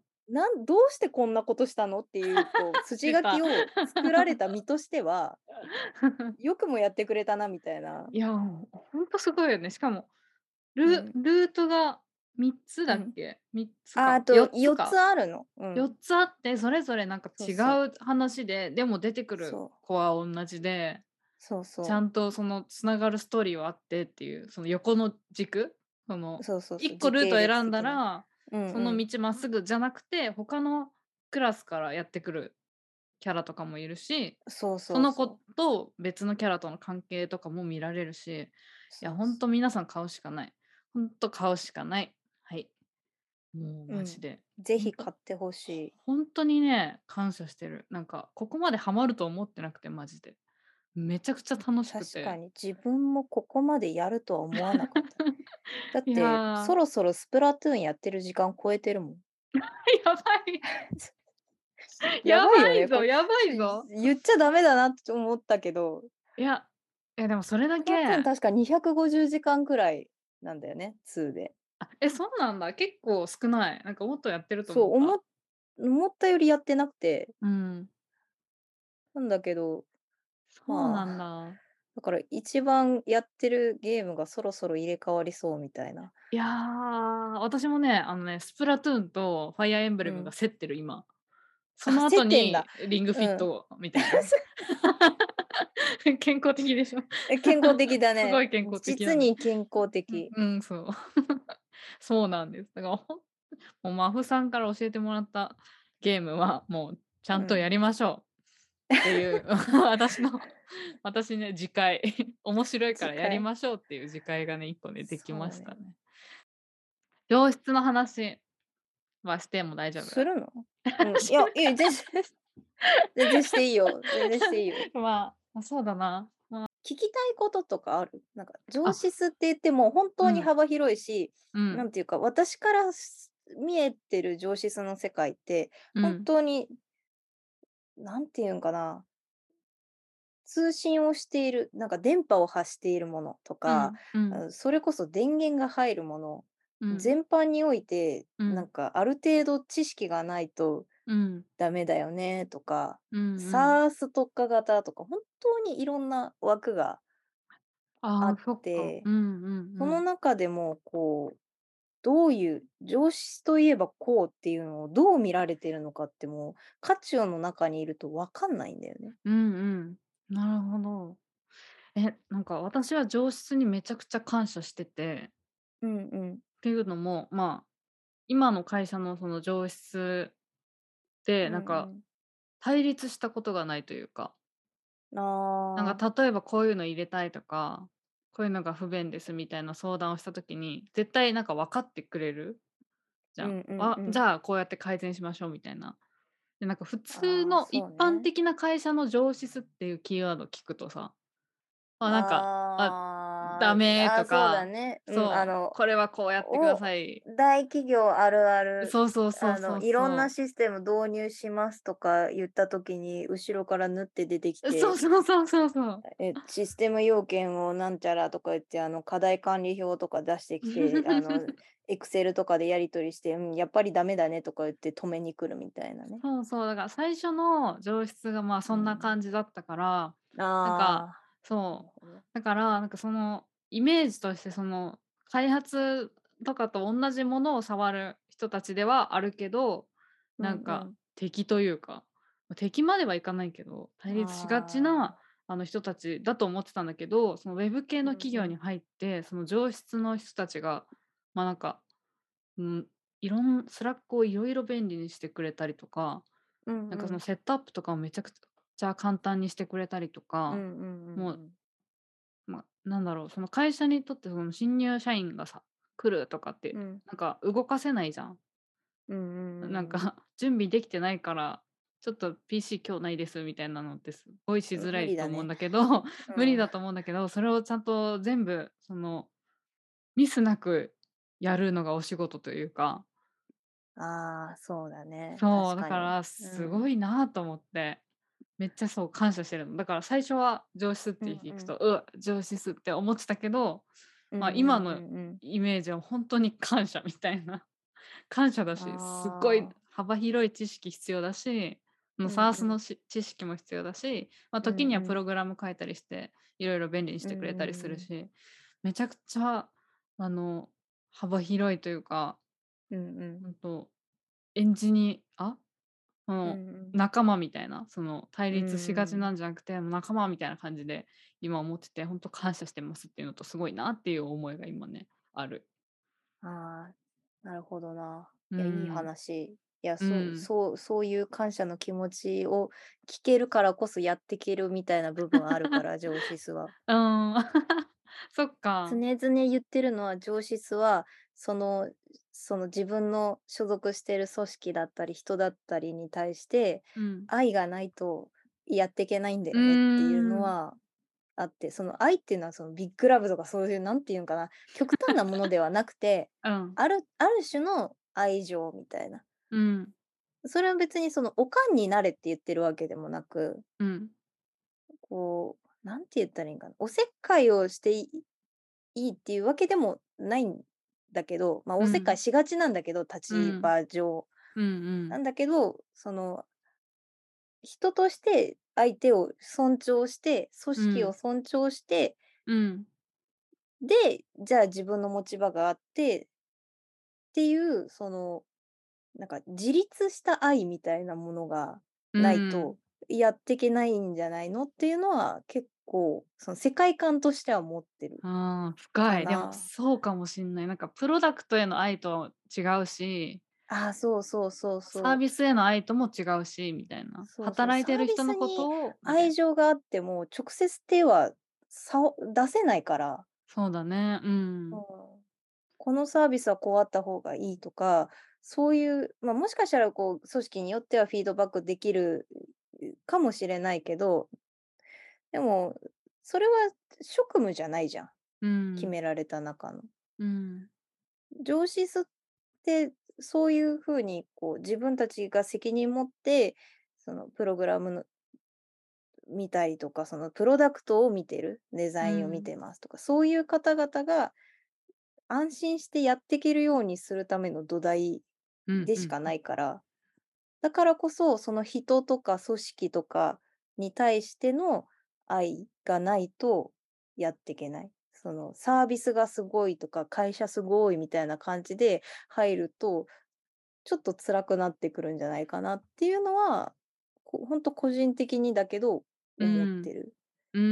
どうしてこんなことしたのっていう、こう、筋出た。 書きを作られた身としては、よくもやってくれたなみたいな。 いや、ほんとすごいよね。しかも、 うん。 ルートが3つだうん。 っけ？3つあか、4つ 4つか。 あるの。う 4 ん。 つあって、それぞれなんか違そうそう。 う話で、でも出てくるそう。 子はおんなじで、 そうそちゃんとその繋がるストーリーはあってっていう、その横の軸、そう。 のそうそうそう。 1個ルート時系列選んだ的な。 ら、 うんうん。 その道まっすぐじゃなくて、他のクラスからやってくるキャラとかもいるし、 そうその子そうそう。 と別のキャラとの関係とかも見られるし、いや、ほんとそうそう。 皆さん買うしかない。ほんと買うしかない。はい。もううん。 マジで。 ぜほんとひ買ってほしい。 ほんとにね、感謝してる。なんか、ここまでハマると思ってなくて、マジで。めちゃくちゃ楽しくて。 確かに自分もここまでやるとは思わなかった。だっいて、そや、 ろそろスプラトゥーンやってる時間超えてるもん。 やばい。 ややばいよね。 ばいぞやばいぞ。 言っちゃダメだなって思ったけど、 いや、でもそれだスプラトゥーンけ確か250時間くらいなんだよね、2で。 そうなんだ。結構少ない。なんかもっとやってるとそう、 思った。 思ったよりやってなくて、 うん。 なんだけど、 そうなんまあ、 だ。 だから一番やってるゲームがそろそろ入れ替わりそうみたいな。 いや、私もね、スプラトゥーンとファイアーエンブレムがうん。 競ってる、今。そあ、 の接点だ。 後にリングフィッうん。 トみたいな。健康的でしょ？ 健康的だね。 すごい健康的な実の。 に健康的。 うん、そう。そうなんです。だからもうマフさんから教えてもらったゲームは、もうちゃうん。 んとやりましょうっていう、私ね、自戒。面白いからやり次回。 ましょうっていう自戒がね、1個ね、できまそうね。 したね。良質の話。 はしても大丈夫。 するの？いや、全然全然していいよ。全然していいよ。 そうだな。 聞きたいこととかある？なんか上あ、 質って言っても本うん、 当に幅広いし、 うん、 なんていうか、私から見えてる上質の世界って、本うん、 当に、なんていうんかな、通信をしている、なんか電波を発しているものとか、 うん、うん、 それこそ電源が入るもの、 うん、 全般において、 うん、 なんかある程度知識がないとうん、 ダメだよねとか、 うん、うん。 SaaS 特化型とか、本当にいろんな枠があああ、 っそっか。 て、 うんうんうそのん。 中でもどういう上質といえばこうっていうのをどう見られてるのかってもう、渦中の中にいると分かんないんだよね。 うんうん。なるほど。なんか私は上司にめちゃくちゃ感謝してて、 うんうん。 っていうのも、今の会社のその上司で、 うんなんかうん。 対立したことがないというか、 あなんあ、 か例えばこういうの入れたいとか、こういうのが不便ですみたいな相談をした時に、絶対なんか分かってくれるじゃん。 うんうんうん。 じゃあこうやって改善しましょうみたいな。で、なんか普通ああ、 の一そうね。 般的な会社の上司っていうキーワード聞くとさ、なんか、ダああ、 メとそうだか、 ね。 そう、これはこうやってください。 大企業あるある、 そうそうそうそういろんなそシステム導入しますとか言った時に、後ろから縫って出てきう。そうて、 そうそうそうそう。 システム要件をなんちゃらとか言って、課題管理表とか出してきて、エクセルとかでやり取りして、やっぱりダメだねとか言って止めに来るみたいなね。 そうそう、だから最初の上質がそんなうん。 感じだったから、なんか、 ああ、なそう、 るほど。 だからなんかそのイメージとしてその開発とかと同じものを触る人たちではあるけど、なんかうんうん。 敵というか、敵まではいかないけど、対立しがちなああ、 人たちだと思ってたんだけど、そのウェブ系うんの企うん。 業に入って、その上質の人たちが、なんか、うん、スラックをいろいろ便利にしてくれたりとか、 うんうん。 なんかそのセットアップとかをめちゃくちゃ簡単にしてくれたりとか、 うんうんうんもう、 うん。 なんだろう、その会社にとってその新入社員が来るとかって、 うん。 なんか動かせないじゃん。 うんうんうんうん。 なんか準備できてないから、ちょっと PC 今日ないですみたいなのってすごいしづらいと思うん無理だね。 だけど、 う無理ん。 だと思うんだけど、それをちゃんと全部そのミスなくやるのがお仕事というか、 ああ、そうだね。 そう、 確かに。 だからうん。 すごいなと思って、めっちゃそう感謝してるの。だから最初は上司ってうんうん。 聞くと、上司って思ってたけど、 うんうんう今のんうん。 イメージは本当に感謝みたいな。感謝だし、すっごいああ。 幅広い知識必要だし、 うんう SaaS のん。 知識も必要だし、 うん時にはうん。 プログラム書いたりして、いろいろ便利にしうんてくれたりすうんるし、めちゃくちゃ、あの、幅広いというか、 うん。うんうん。 ほんと、エンジニアそうんうの、 ん。 仲間みたいな、その、対う立しがちなん。 んじゃなくて、仲間みたいな感じで今思ってて、ほんと感謝してますっていうのと、すごいなっていう思いが今ね、ある。 ああ、なるほどな。 ういや、いいん。 話。いや、 うん。 そういう感謝の気持ちを聞けるからこそやってけるみたいな部分あるから、上司は。 うーん。そっ常か。 々言ってるのは、上司は、その自分の所属している組織だったり、人だったりに対して、 うん。 愛がないとやっていけないんだうーよねっていうのん。 はあって、その愛っていうのはそのビッグラブとかそういう、なんていうんかな、極端なものではなくて、 うん。 ある種の愛情みたいな。 うん。 それは別にそのおかんになれって言ってるわけでもなく、 うん。 なんて言ったらいいんかな、おせっかいをしていいっていうわけでもないんだけど、おせっかいうん。 しがちなんだけど、立うん。 場上。 うんうん。 なんだけど、人として相手を尊重して、組織をうん。 尊重して、 うん。 で、じゃあ自分の持ち場があってっていう、なんか自立した愛みたいなものがうないと、 ん。 やってけないんじゃないのっていうのは、結構、その世界観としては持ってるああ、深い。でもかな。 そうかもしんない。なんかプロダクトへの愛とは違うし、 ああ、そうそうそうサーそう。 ビスへの愛とも違うし、みたいな。 そうそう、 働いサービてる人のこスにとをみたいな。 愛情があっても、直接手は出せないから、 そうだね。ううん、 ん。 このサービスはこうあった方がいいとか、 そういう、まあ、もしかしたらこう組織によってはフィードバックできるかもしれないけど、でもそれは職務じゃないじゃん、 うん。 決められた中の。 うん。 上司ってそういうふうにこう自分たちが責任持って、そのプログラムの見たりとか、そのプロダクトを見てる、デザインを見うん。 てますとか、そういう方々が安心してやっていけるようにするための土台うんうん。 でしかないから、だからこそ、その人とか組織とかに対しての愛がないとやっていけない。そのサービスがすごいとか、会社すごいみたいな感じで入ると、ちょっと辛くなってくるんじゃないかなっていうのは、ほんと個人的にだけど思ってる。 うん。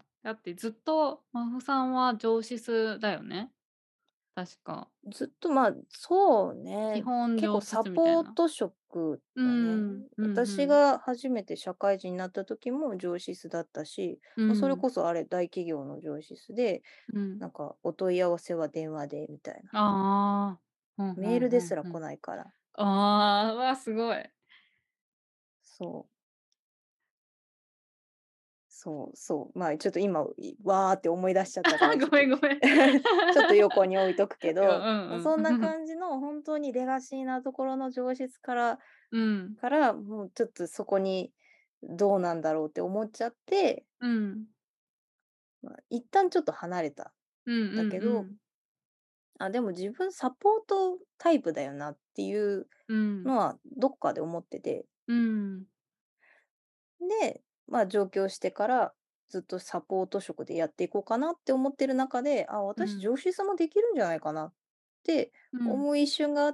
だってずっと真帆さんは上司数だよね？確か。 ずっと、まあ、そうね、 基本結構上サポー司みたいな。 ト職うだね。 ん。うんう私ん。 が初めて社会人になった時も上司数だったし、ま、それうん。 こそあれ大企業の上司数で、 うん。 なんかお問い合わせは電話でみたいな。 ああ。ふんふメーんルですら来ふんふん。 ないから。 ああ、わ、すごい。 そう。まあ、ちょっと今、わーって思い出しちゃったから、ちょごっとめんごめん。 ちょっと横に置いとくけいや、 ど、まあ、 うんそんなうん。 感じの本当にレガシーなところの上司からうん。 もうちょっとそこにどうなんだろうって思っちゃって、 うん。 まあ、一旦ちょっと離れた。 うんうんだけど、 うん。 あ、でも自分サポートタイプだよなっていううん。 のはどっかで思ってて、 うん。 で、まあ上京してからずっとサポート職でやっていこうかなって思ってる中で、あ、私うん。 上司もできるんじゃないかなってうん。 思う一瞬があって、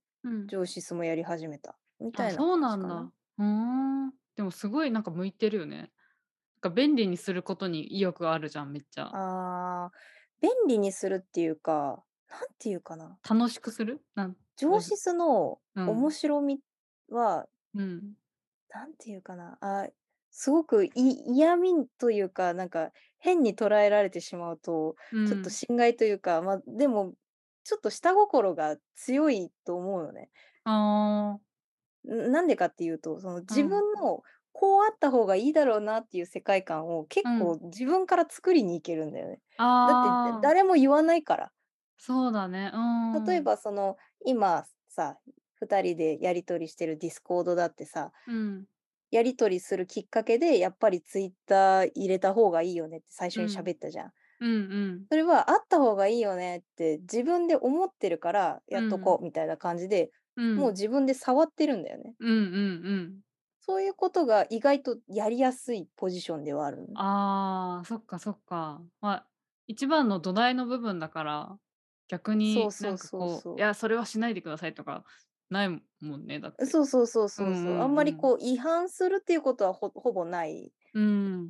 うん。 上司もやり始めたみたあ、 いなそう感じかな。 なんだ。ふーん。でもすごいなんか向いてるよね。なんか便利にすることに意欲があるじゃん、めっちゃ。 ああ、便利にするっていうか、なんていうかな。 楽しくする？ 上司の面うん。 白みは、 うん。 なんていうかな、すごく嫌味というか、なんか変に捉えられてしまうと、ちょっとうん。 心外というか、ま、でも、ちょっと下心が強いと思うのね。 ああ。 なんでかっていうと、その自うん。 分のこうあった方がいいだろうなっていう世界観を結うん。 構自分から作りに行けるんだよね。だってああ、 誰も言わないから。 そうだね。う例えん。 ばその、今さ、2人でやり取りしてるディスコードだってさ、 うん。 やり取りするきっかけで、やっぱりツイッター入れた方がいいよねって最初にうん。 喋ったじゃん。 うんうん。 それはあった方がいいよねって自分で思ってるからやっとうん。 こうみたいな感じで、 うん。 もう自分で触ってるんだよね。 うんうんうん。 そういうことが意外とやりやすいポジションではあるの。 ああ、そっかそっか。まあ、一番の土台の部分だから、逆になんかこう、いや、それはしないでくださいとかないもんね、だって。うんうあんまりんうん。 こう違反するっていうことはほぼないうん、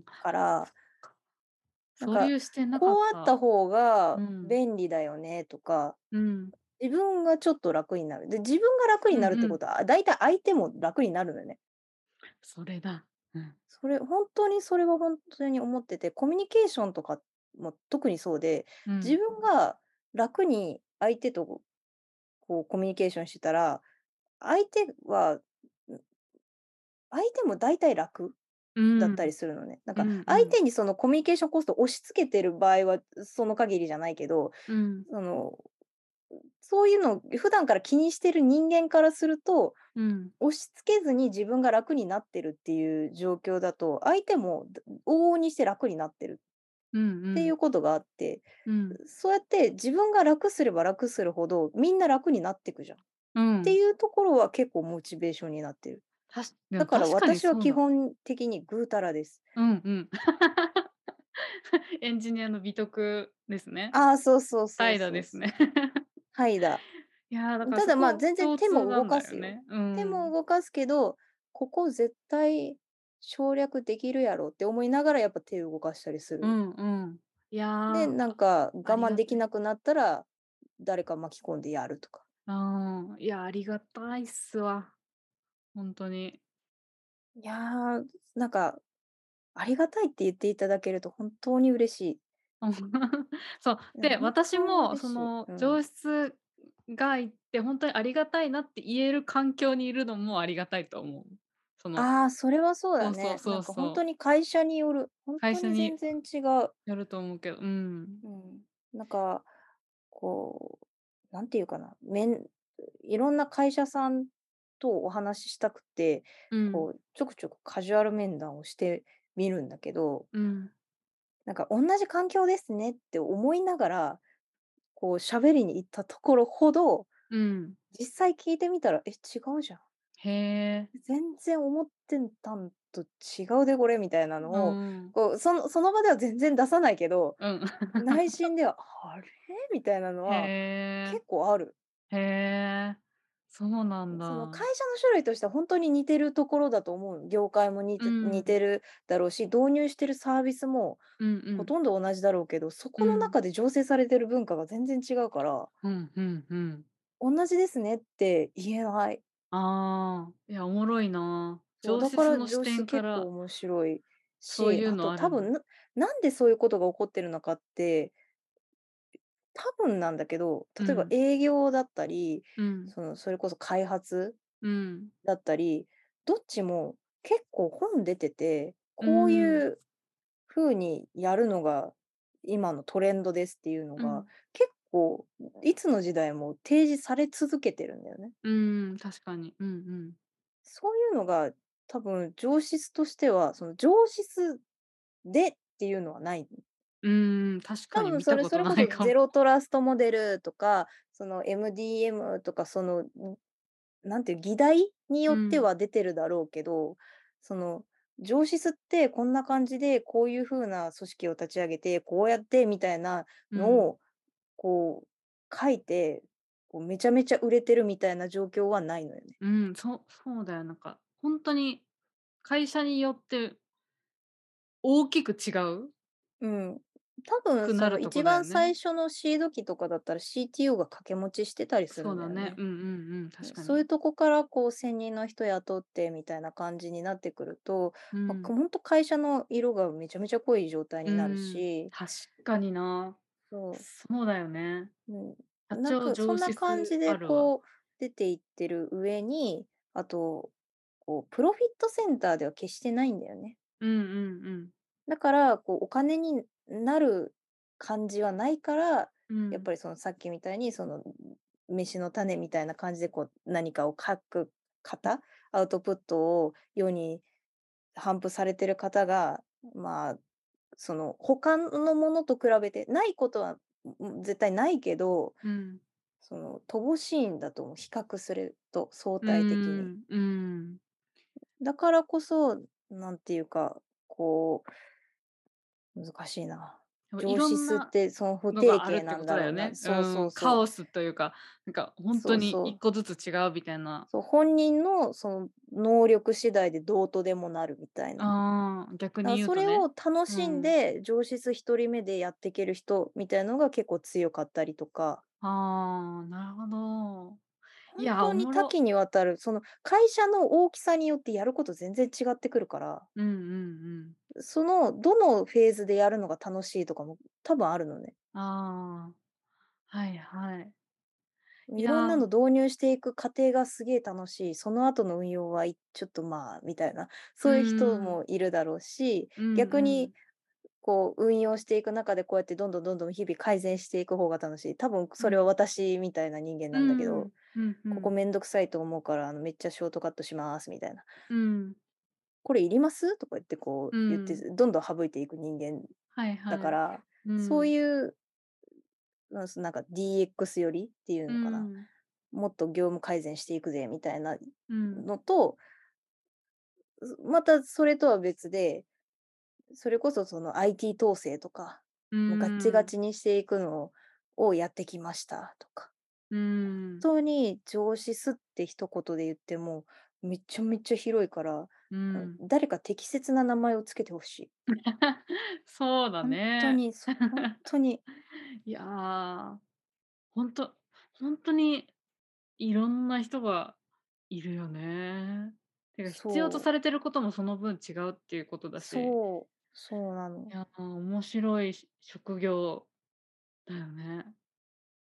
から、なんか、 そういう視点なかこうあったった。 方がうん。 便利だよねとか、 うん。 自分がちょっと楽になる。で、自分が楽にうんうん。 なるってことは、だいたい相手も楽になるのよね。 それだ。うん。 本当にそれは本当に思ってて、コミュニケーションとかも特にそうで、自うん。 分が楽に相手とこうコミュニケーションしてたら、相手は、相手もだいたい楽うん。 だったりするのね。なんうかんうん。 相手にそのコミュニケーションコストを押し付けてる場合はその限りじゃないけど、 うん。 その、そういうのを普段から気にしてる人間からすると、 うん。 押し付けずに自分が楽になってるっていう状況だと、相手も往々にして楽になってるうんうっていん。 うことがあって、 うん。 そうやって自分が楽すれば楽するほど、みんな楽になってくじゃん。ってうん。 いうところは結構モチベーションになってる。 でもだから確かに私は基そうだ。 本的にぐうたらです。 うんうん。エンジニアの美徳ですね。 ああ、そうそうそう怠惰そうそう。 ですね。 はい、だ。 いや、だからただ、まあ、 そこ全然共手も動通なんかすよ。 だよね。う手もん。 動かすけど、ここ絶対省略できるやろって思いながらやっぱ手を動かしたりする。 うんうん。いで、 や、 なんか我慢ありがたい。 できなくなったら、誰か巻き込んでやるとか。 ああ、いや、ありがたいっすわ。ほんとに。 いやー、なんか、ありがたいって言っていただけると本当に嬉しい。 そう、 いや、 で、 本当に私も嬉しい。 そのうん。 上質がいて、本当にありがたいなって言える環境にいるのもありがたいと思う。そのああ、それはそうだそうそうね。なんか本そうそう。 当に会社による。本当会社にに全然違う。 よると思うけど、うん。 うん。なんか、こなんていうかな、いろんな会社さんとお話ししたくて、 うん。 ちょくちょくカジュアル面談をしてみるんだけど、 うん。 なんか同じ環境ですねって思いながら、喋りに行ったところほど、 うん。 実際聞いてみたら、え、違うじゃん。 へえ。 全然思ってたんと違うでこれみたいなのうを、 ん。 その場では全然出さないけど、 うん。 内心では、あれ？みたいなのへはえ。 結構ある。 へえ。そうなんそのだ。 会社の種類としては本当に似てるところだと思う。業界も似うん。 てるだろうし、導入してるサービスもうんうん。 ほとんど同じだろうけど、そこのうん。 中で醸成されてる文化が全然違うから、 うんうんうん。 同じですねって言えない。 ああ、いや、おもろいな。 そう、 上だから質の視上質点から結構面白いし、 そういうあとのあるんだ。 多分なんでそういうことが起こってるのかって、多分なんだけど、例えばうん。 営業だったり、 うん。 それこそ開発うん。 だったり、どっちも結構本出てて、 うこうん。 いう風にやるのが今のトレンドですっていうのが、 うん。 結構いつの時代も提示され続けてるんだよね。 うん、確かに。うんうん。 そういうのが多分上質としては、その上質でっていうのはない。 うーん、確か多に見たこと分それないかも。 こそゼロトラストモデルとか、その MDM とか、なんていう、議題によってうん。 は出てるだろうけど、その、上司ってこんな感じで、こういう風な組織を立ち上げて、こうやってみたいなうん。 のを、書いて、めちゃめちゃ売れてるみたいな状況はないのよね。 うん、そうだよ。なんか、ほんとに会社によって大きく違ううん。多分そのくなるとこ一番だよね。 最初のシード機とかだったら CTO が掛け持ちしてたりするそうだね。 んだよね。 うんうんうん、確かに。 そういうとこから専任の人雇ってみたいな感じになってくると、 うん。 ほんと会社の色がめちゃめちゃ濃い状態うになるん、 し、 確かにな。 そそうだよね。 う、 社なんかそ長上んな感じで質あるわ。 出ていってる上に、あと、プロフィットセンターでは決してないんだよね。 うんうんうん。 だから、お金になる感じはないから、 うん。 やっぱりそのさっきみたいに、飯の種みたいな感じで何かを書く方、アウトプットを世に頒布されてる方が、まあ、その他のものと比べて、ないことは、絶対ないけど、 うん。 乏しいんだと思う、比較すると、相う対的に。 ーん、うん。 だからこそ、なんていうか、難しいな。 でもい上司数っろんなてその不の定形ながあるってこんだろうな。 とだよね。うそうそん、 うそう。 カオスというか、なんかほんとそうにそう。 一個ずつ違うみたいな。 そう、本人のその能力次第でどうとでもなるみたいな。 ああ、逆だからそれに言うとね。 を楽しんうん。 で上司数一人目でやっていける人みたいのが結構強かったりとか、 ああ、なるほど。いや、お本当にもろ。 多岐にわたる、その会社の大きさによってやること全然違ってくるから、 うんうんうん。 どのフェーズでやるのが楽しいとかも多分あるのね。 ああ、はいはい。いいろんなや、 の導入していく過程がすげえ楽しい。その後の運用はちょっとまあ、みたいな、 うそういう人ん、 もいるだろうし、 うんう逆にん、 運用していく中でこうやってどんどんどんどん日々改善していく方が楽しい。多分うん、 それは私みたいな人間うなんだけど、 ん、うんうここん、 めんどくさいと思うから、めっちゃショートカットしますみたいな。 うん、 これいりますとか言ってう言って、 ん。 どんどん省いていく人間はいはい。 だから、そううん、 いう、なんか DX 寄りっていううのかな。 ん、 もっと業務改善していくぜみたいなうん、 のと、またそれとは別で、それこそその IT 統制とか、 うもうガッチガん、 チにしていくのをやってきましたとか。 うん、 本当に上司すって一言で言っても、めちゃめちゃ広いから、 うん。 誰か適切な名前をつけてほしい。 そうだね。 本当に、 いや、ほんとほんとにいろんな人がいるよね。てか必要とそう、 されてることもその分違うっていうことだし、 そうなの。 いや、面白い職業だよね。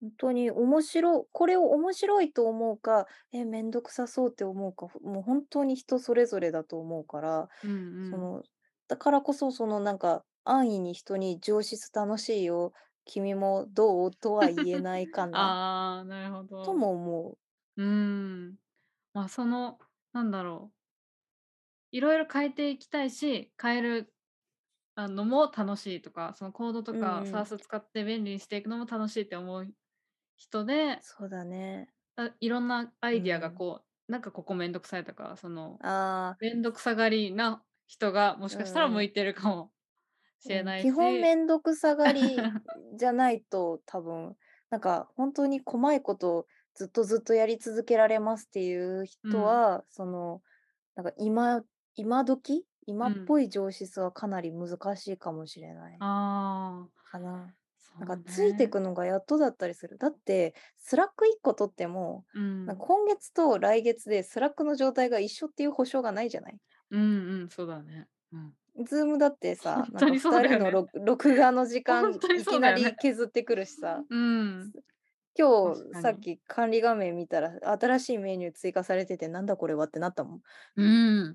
本当にこれを面白いと思うか、めんどくさそうって思うか、もう本当に人それぞれだと思うから、 うんうん。 その、だからこそ、なんか、安易に人に「上質楽しいよ、君もどう？」とは言えないかなああ、なるほとど。 も思う。 うーん。まあ、なんだろう、いろいろ変えていきたいし、変えるのも楽しいとか、そのコードとうんかうん。 SaaS 使って便利にしていくのも楽しいって思う人で、 そうだね。 いろんなアイディアがうん。 こう、なんかここめんどくさいとか、 ああ、 めんどくさがりな人がもしかしたらうんうん。 向いてるかもしれうん、 ない基本めし。 んどくさがりじゃないと、多分、なんか本当に細いことずっとずっとやり続けられますっていううん、 人は、なんか今うん。 っぽい上質はかなり難しいかもしれないああ、 かな。なんかそうついていね。 くのがやっとだったりする。だって、スラック1個取っても、 うん。 今月と来月でスラックの状態が一緒っていう保証がないじゃない。 うんうん、そうだね。うん。 ズームだってほさ、なんかんとにそう 2人のだよね。 録画の時間ほんとにいきなそうだよね。 り削ってくるしさ、 うん。 今日さっ確かに。 き管理画面見たら新しいメニュー追加されててなんだこれはってなったもん。 うん。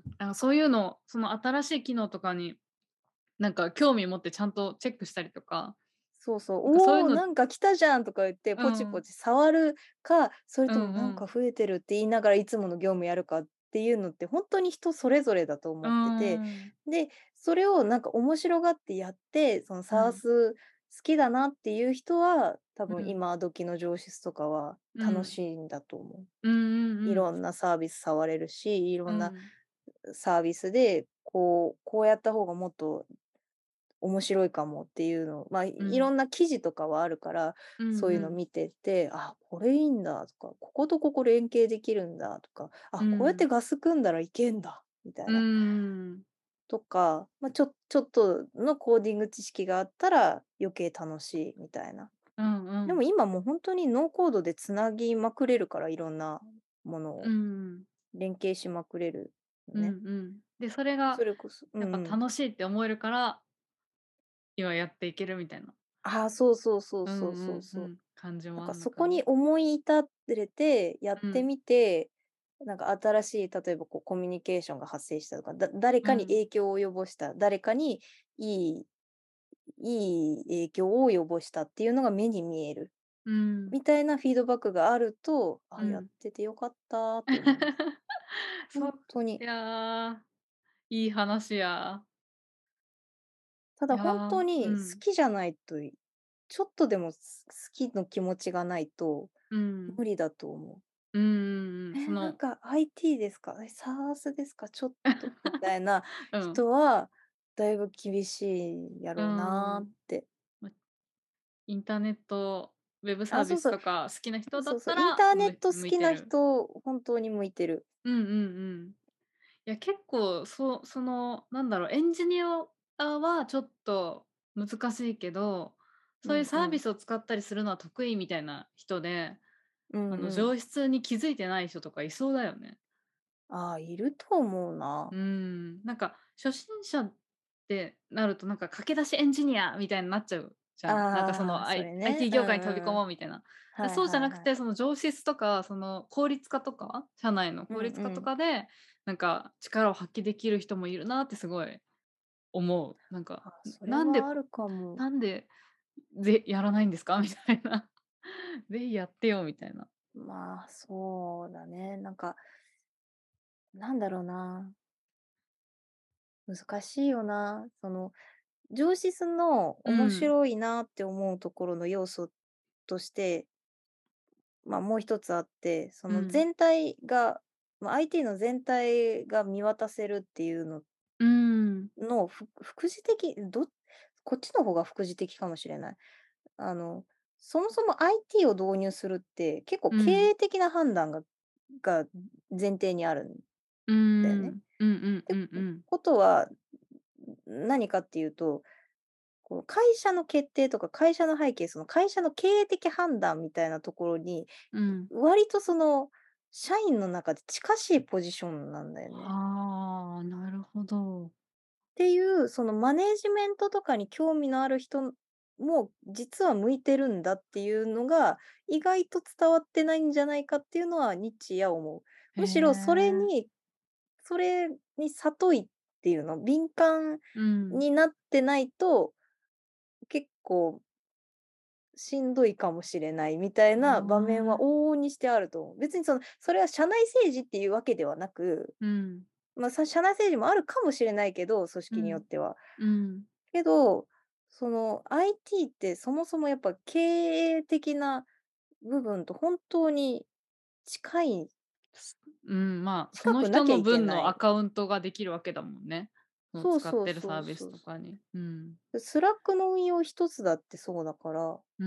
そういうの、その新しい機能とかに、なんか興味持ってちゃんとチェックしたりとか、 そうそう、おお、 なんかそういうの。 なんか来たじゃんとか言ってうん。 ポチポチ触るか、それうんともなんかうん。 増えてるって言いながらいつもの業務やるかっていうのって本当に人それぞれだとうー思ってて、 ん。 で、それをなんか面白がってやって、そのうん。 SaaS 好きだなっていう人は、多分うん。 今時の上質とかはうん。 楽しいんだと思う。 うんうんうん。 いろんなサービス触れるし、いろんなうん。 サービスで、こうやった方がもっと面白いかもっていうの、いろうん。 んな記事とかはあるから、 うんそういううん。 の見てて、あ、これいいんだとか、こことここ連携できるんだとか、あ、こうやってうん。 ガス組んだらいけんだみたうーいな。 ん。 とか、ちょっとのコーディング知識があったら余計楽しいみたいな。 うんうん。 でも今もう本当にノーコードでつなぎまくれるから、いろんなものうをん。 連携しまくれるようんうね。 ん。で、それがそれこそうやっぱんうん。 楽しいって思えるから、今やっていけるみたいな。 ああ、そうそうそううんそううそうそう。 んうん。感じもあなんかんのかな。 そこに思い至れて、やっうん。 てみて、なんか新しい、例えばコミュニケーションが発生したとか、誰かにうん。 影響を及ぼした、誰かにいいいい影響を及ぼしたっていうのが目に見える、 うん。 みたいなフィードバックがあると、あ、やっうん。 ててよかったって思う。本そう、い当に。 や、いい話や。 ただ本いや、 当に好うん。 きじゃないと、ちょっとでも好きの気持ちがないとうん。 無理だと思う。 うんうんうん。 なんか IT ですか？SaaS ですか？ちょっとみたいなうん。 人は、だいぶ厳しいやうろうなっん。 て。 ま、インターネット、ウェブサーあ、そうそう。 ビスとか好きな人だそうそう、 ったら、 インターネット好きな向いてる。 人、本当に向いてる。 うんうんうん。いや、結構、なんだろう、エンジニアはちょっと難しいけど、 うそういうんうん。 サービスを使ったりするのは得意みたいな人で、 うんうん。 上質に気づいてない人とかいそうだよね。 ああ、いると思うな。 なんか初心者ってなると、なんか駆け出しエンジニアみたいになっちゃうじゃん。なんかああ、それね。 IT うん業界に飛び込うん。 もうみたいな。 はいそうじゃはいはい。 なくて、その上質とか、その効率化とか、社内のうん効率化とうん。 かで、なんか力を発揮できる人もいるなってすごい思う。なんか、 あ、それなんではあるかも。 なんで、やらないんですかみたいな。ぜひやってよみたいな。 そうだね。なんか、なんだろうな。難しいよな。上質のうん。 面白いなって思うところの要素として、もう一つあって、そうん。 の全体が、IT の全体が見渡せるっていうのうーん。 の、副次的、こっちの方が副次的かもしれない。あの、そもそも IT を導入するって、結構経うん。 営的な判断が前提にあるんうーだよね。っん。うんうんうてんうん。 ことは、何かっていうと、この会社の決定とか会社の背景、その会社の経営的判断みたいなところに、 うん。 割と社員の中で近しいポジションなんだよね。 はあ、なるほど。 っていう、そのマネージメントとかに興味のある人もう実は向いてるんだっていうのが、意外と伝わってないんじゃないかっていうのは日夜思う。 へむしろえ。 それに悟いっていうの、敏感うん。 になってないと、結構しんどいかもしれないみたいあな場面はあ。 往々にしてあると思う。別にそれは社内政治っていうわけではなく、 うん。 社内政治もあるかもしれないけど、組織によっうん。 ては。 うん。 けど、IT ってそもそもやっぱ経営的な部分と本当に近いうん、まあ、そ近くなきゃの人のいけない。 分のアカウントができるわけだもんね。そのそう使っそうそうてるサービスそうそとかに。うん。 う。スラックの運用一つだってそうだから、 うん。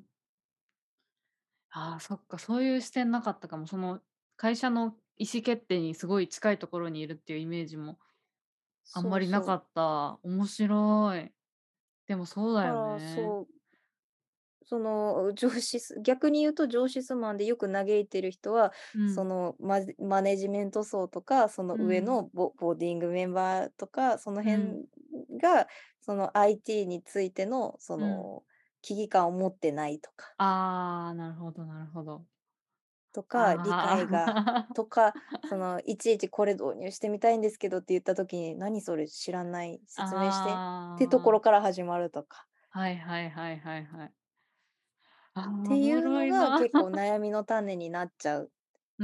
ああ、そっか、そういう視点なかったかも。その会社の意思決定にすごい近いところにいるっていうイメージもあんまりなかそうそう。 った。面白い。でもそうだよだからね。 逆に言うと上司マンでよく嘆いてる人は、 うん。 マネジメント層とか、その上うん。 のボーディングメンバーとか、その辺うん。 が、その IT についての、 うん。 危機感を持ってないああ、なるほどなるほど。 理解がああ。 とか、いちいちこれ導入してみたいんですけどって言った時に、何それ知らない、説明してってところあから始まるとか。 あ、はいはいはいはいはい。ああ、 っていおもうのがろいな。 結構悩みの種になっちゃううん。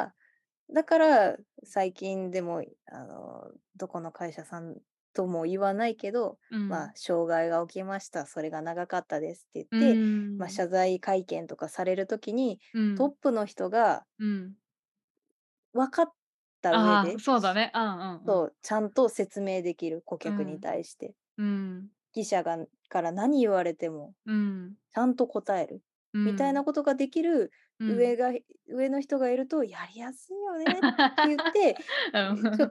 から、だから最近でも、どこの会社さんとも言わないけど、 うん。 障害が起きました、それが長かったですってうー言って、 ん。 謝罪会見とかされる時に、 うん。 トップの人がうん。 分かった上ああ、 で、 そうだね。うんうんうん。 そう、ちゃんと説明できる、顧客にうん。 対して。 うん。 から何言われてもうん。 ちゃんと答える、みたいうん。 なことができるうん。 上の人がいると、やりやすいよねって言って、 うん。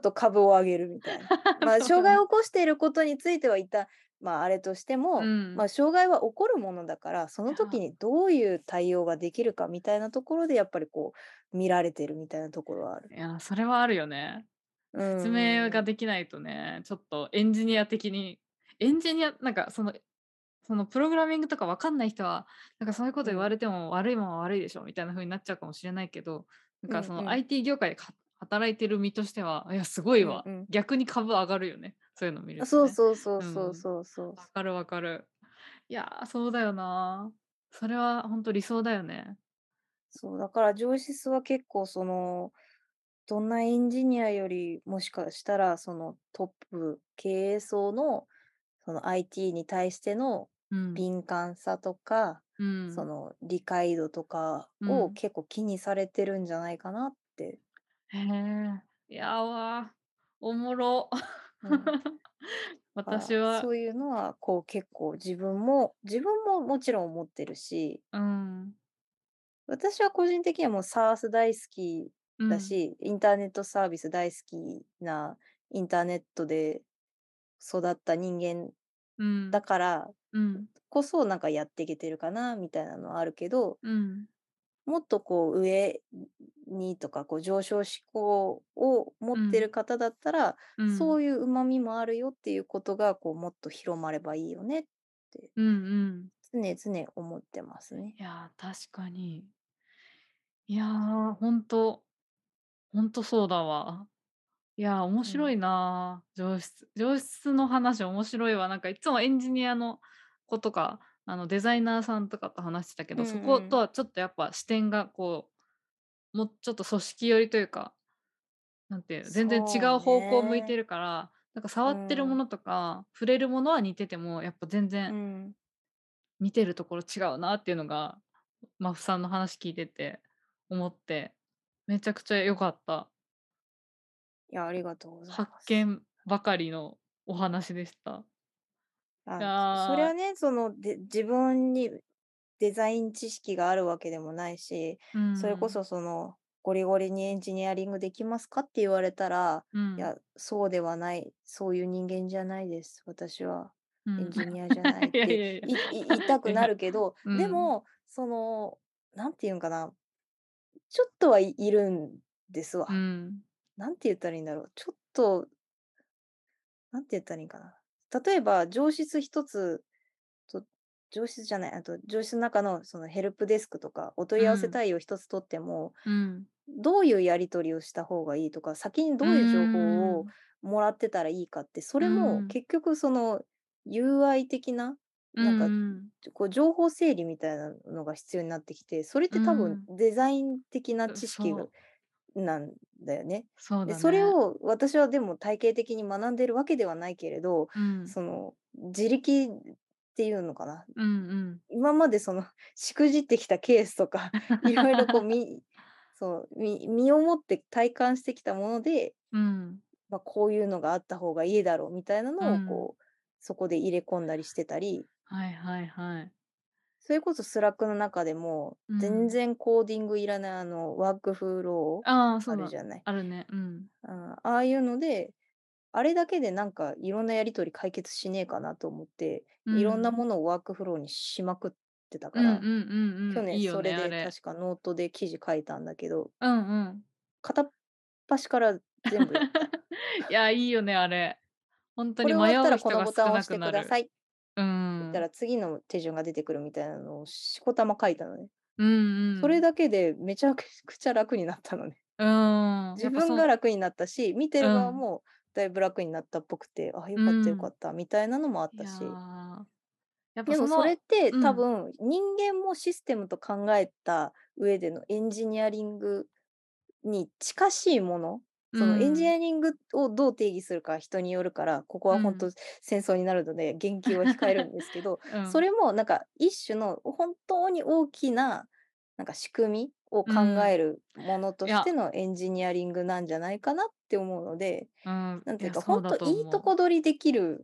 ちょっと株を上げるみたいな。障害そうだね。 を起こしていることについては一旦、あれとしても、 うん。 障害は起こるものだから、そいや、 の時にどういう対応ができるかみたいなところで、やっぱり見られてるみたいなところはある。 いや、それはあるよね。 う説明がんできないとね、ちょっとエンジニア的にエンジニアなんかそのプログラミングとかわかんない人は、なんかそういうこと言わうん。 れても悪いもんは悪いでしょみたいな風になっちゃうかもしれないけど、なんかそのうんうん。 IT 業界で働いてる身としては、いやすごいわ。 うんうん。 逆に株上がるよね。そういうの見るとね。 そうそうそうそううん。 そうそう。 わかるわかる。いや、そうだよな。それはほんと理想だよね。 そう、だから上司は結構どんなエンジニアより、もしかしたらそのトップ経営層のその IT に対してのうん。 敏感さとか、 うん。 その理解度とかうん。 を結構気にされてるんじゃないかなって。 へえ。いや、わ、おもろ。 うん。だか私はらそういうのは結構自分ももちろん思ってるし、 うん。 私は個人的にはもう SaaS 大好きうん。 だし、インターネットサービス大好きなインターネットで育った人間うん。 だからうん。 こそ、なんかやっていけてるかなみたいなのはあるけど、 うん。 もっと上にとか、上昇志向を持ってるうん。 方だったら、 うん。 そういう旨味もあるよっていうことが、もっと広まればいいよねってうんうん。 常々思ってますね。 いや、確かに。いや、ほんとそうだわ。いや、面うん。 白いな。上質の話面白いわ。なんかいつもエンジニアの子とか、デザイナーさんとかと話してたけうど、 んそこうん。 とはちょっとやっぱ視点がもうちょっと組織寄りというか、なんていうの、全然違そうう方向を向いてね。 るから、なんかう触ってるもん。 のとか、触れるものは似てても、やっぱ全然うん。 見てるところ違うなっていうのが、マフさんの話聞いてて思って、めちゃくちゃ良かった。 いや、ありがとうござい発ます。 見ばかりのお話でした。いそりや、 ゃね、自分にデザイン知識があるわけでもないし、 うん、 それこそゴリゴリにエンジニアリングできますかって言われたら、 うん、 いや、そうではない、そういう人間じゃないです。私はうん。 エンジニアじゃないっいやいてやいや、 言いたくないや、 るけど、 うん、 でも、なんていうんかな、ちょっとはいるんですわ。 うん、 なんて言ったらいいんだろう。ちょっと、なんて言ったらいいんかな。例えば、上質一つ上質じゃない、あと上質の中のそのヘルプデスクとか、お問い合わせ対応一つとっても、どういうやり取りをした方がいいとか、先にどういう情報をもらってたらいいかって、それも結局その UI 的な、なんか、こう情報整理みたいなのが必要になってきて、それって多分デザイン的な知識なんだよね。で、それを私はでも体系的に学んでるわけではないけれど、その自力っていうのかな。今までそのしくじってきたケースとかいろいろこう身をもって体感してきたもので、まあ、こういうのがあった方がいいだろうみたいなのをこう、そこで入れ込んだりしてたり、それこそスラックの中でも全然コーディングいらないワークフローあるじゃない。 あるね。 ああいうので、あれだけでなんかいろんなやり取り解決しねえかなと思って、いろんなものをワークフローにしまくってたから、去年それで確かノートで記事書いたんだけど、片っ端から全部やった。 いや、いいよね、あれ。本当こに迷れ終わったらこう人がのボタンを押し少なくなる。 てください。言ったら次の手順が出てくるみたいなのをしこたま書いたのね。それだけでめちゃくちゃ楽になったのね。自分が楽になったし、見てる側もだいぶ楽になったっぽくて、あ、よかったよかったみたいなのもあったし。でもそれって多分人間もシステムと考えた上でのエンジニアリングに近しいもの、そのエンジニアリングをどう定義するか人によるから、ここは本当戦争になるので言及は控えるんですけど、それもなんか一種の本当に大きななんか仕組みを考えるものとしてのエンジニアリングなんじゃないかなって思うので、なんていうか本当いいとこ取りできる。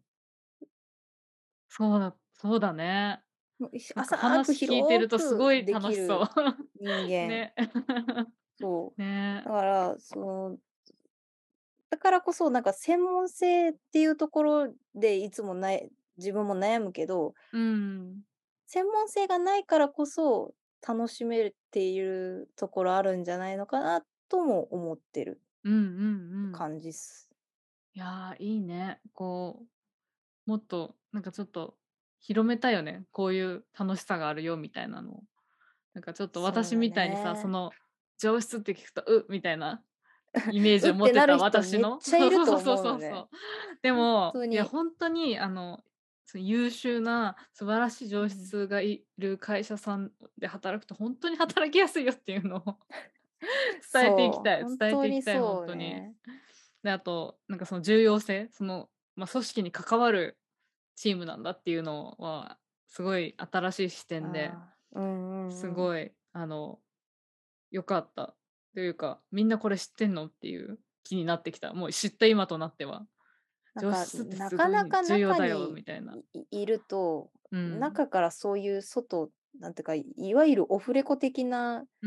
そうだね。 浅く話聞いてるとすごい広くで楽しそう。 きる人間。 ね。 そう。 ね。 だからだからこそ、なんか専門性っていうところでいつも自分も悩むけど、専門性がないからこそ楽しめるっていうところあるんじゃないのかなとも思ってる感じっす。 いやー、いいね。こう、もっと、なんかちょっと広めたいよね。こういう楽しさがあるよみたいなのを。なんかちょっと私そうだみたいにさ、そね。 の上質って聞くと、みたいなイメージうってを持ってたなる人私の。 めっちゃいるとそう思うよね。 そうそう。でも、いや、 本当に。 本当に、その優秀な素晴らしい上うん。 質がいる会社さんで働くと本当に働きやすいよっていうのを伝えていきそう、 たい。 本伝えて当にいきたい、本そう当に。 ね。 で、あと、なんかその重要性、その、組織に関わるチームなんだっていうのは、すごい新しい視点で、 ああ、うんうんうん。 すごい、良かった。というか、みんなこれ知ってんのっていう気になってきた。もう知った今となっては。 なんか、 上質ってなすごいかなか重要だよ、 中にみたいな。 いると、 うん。 中からそういうなんていうか、いわゆるオフレコ的なうん。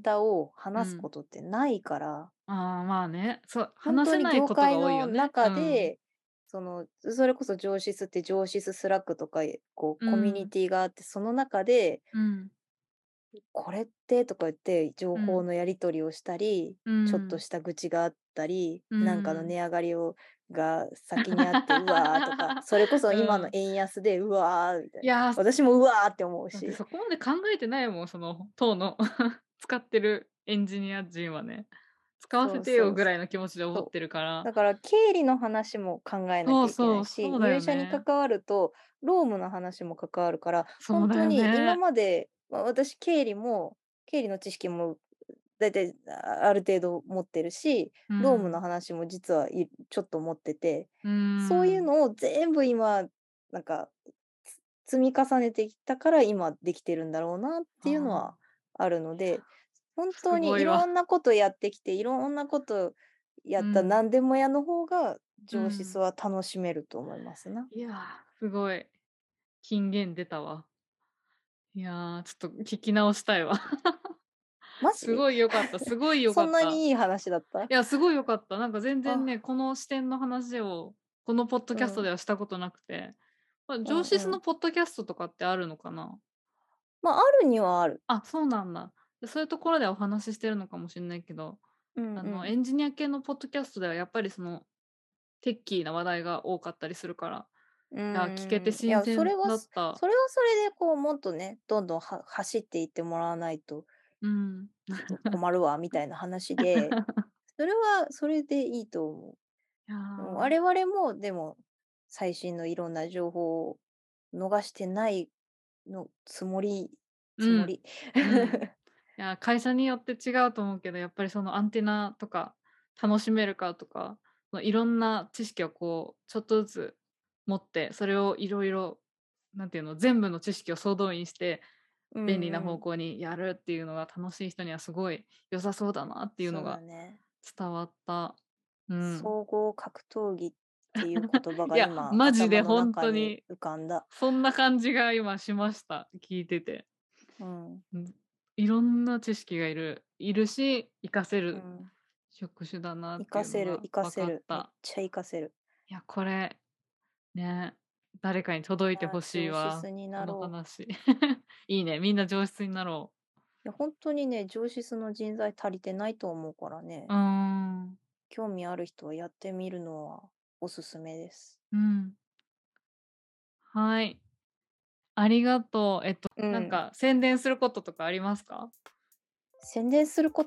ネタを話すうん。 ことってないから、 ああ、まあね。そう、 本当に話せないことが業界多いよね。うの中ん。 で、それこそ上質って上質スラックとか、こうコミュニうん。 ティがあって、その中でうん。 これってとか言って情うん。 報のやり取りをしたり、 うちょっとん。 した愚痴があったり、 うなんかのん。 値上がりが先にあって、うわーとか、それこそう今のん。 円安で、うわーみたいな。 いや、 私もうわーって思うだってし。 そこまで考えてないもん、その当の使ってるエンジニア人はね。使わせそうてよそうぐらいの気持ちで思っそう。 てるから。 だから経理の話も考えなきゃいけなそうそう、 いし、 そうだ入よね。 社に関わると、労務の話も関わるから、本そうだよ当に今ね。 まで、私経理の知識もだいたいある程度持ってるし、 う労務のん。 話も実はちょっと持ってて、 うーそういうん。 のを全部今、なんか、積み重ねてきたから今できてるんだろうなっていうのはああ、 あるので、本す当にいろごいわ。 んなことやってきて、いろんなことやったうん。 何でも屋の方が上質うん。 は楽しめると思いますな。 いやー、すごい。金言出たわ。いやー、ちょっと聞き直したいわ。 マジ？ すごい良かった。すごい良そかった。 んなにいい話だった？ いや、すごい良かった。なんか全然ね、 あ、 この視点の話を、このポッドキャストうん、 ではしたことなくて。上質のうんうん。 ポッドキャストとかってあるのかな？ まあ、あるにはある。 あ、そうなんだ。で、そういうところでお話ししてるのかもしんないけど、 うんうん。 エンジニア系のポッドキャストではやっぱりその、テッキーな話題が多かったりするから、 聞けていや、そ新鮮れはだった。 それはそれでこうもっとね、どんどん走っていってもらわないと、 うん。 ちょっと困るわみたいな話で、それはそれでいいと思う。 いやー、 我々もでも、最新のいろんな情報を逃してないのつもりうん、 つもり。 うん。いや、会社によって違うと思うけど、やっぱりそのアンテナとか、楽しめるかとか、いろんな知識をこう、ちょっとずつ持って、それをいろいろ、なんていうの、全部の知識を総動員して、 うん便利なうん。 方向にやるっていうのが楽しい人にはすごい良さそうだなっていうそうだのがね。 伝わった。うん。 総合格闘技っていう言葉いや、 が今マジ頭ので本中に当に浮かんだ。 そんな感じが今しました。聞いてて。 うん。 うん、いろんな知識がいるし、活かせるうん。 職種だなっていうの活かせる、 が分活かせる。めっかった。 ちゃ活かせる。 いや、これ、ね、誰かに届いていや、 ほしい上わ、 質にこのなろう。 話。いいね、みんな上質になろいや、本当にね、上質の人材足りてないと思うからね。 う。うーん。 興味ある人はやってみるのはおすすめです。 うん。はい。ありがとう。なんうん。 か宣伝することとかありますか？ 宣伝すること？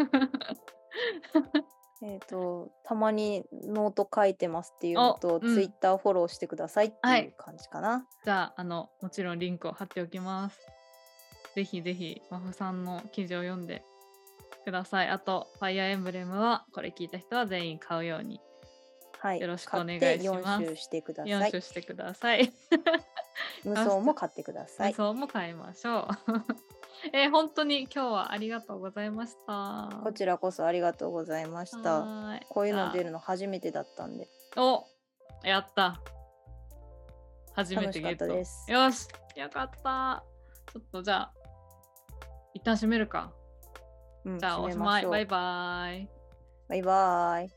たまにノート書いてますっていうのお、 と、 うん。 ツイッターフォローしてくださいってはい。 いう感じかな。 じゃあ、もちろんリンクを貼っておきます。ぜひぜひ、まほさんの記事を読んでください。あと、ファイアーエンブレムは、これ聞いた人は全員買うようにはい。 よろしく買っお願いして4 ます。 周してくだ 4 さい。 種してください。 無よし、 双も買ってください。 無双も買いましょう。本当に今日はありがとうございました。はこちらこそありがとうございました。 ーい。 こういうじゃあ、 の出るの初めてだったんで、 お、やった。初め楽しかったてゲット。 です。 よし、よかった。ちょっとじゃあ、一旦閉めるか。 うん、 じゃあ、 締めおしまい。バイましょう。 バーイ。 バイバーイ。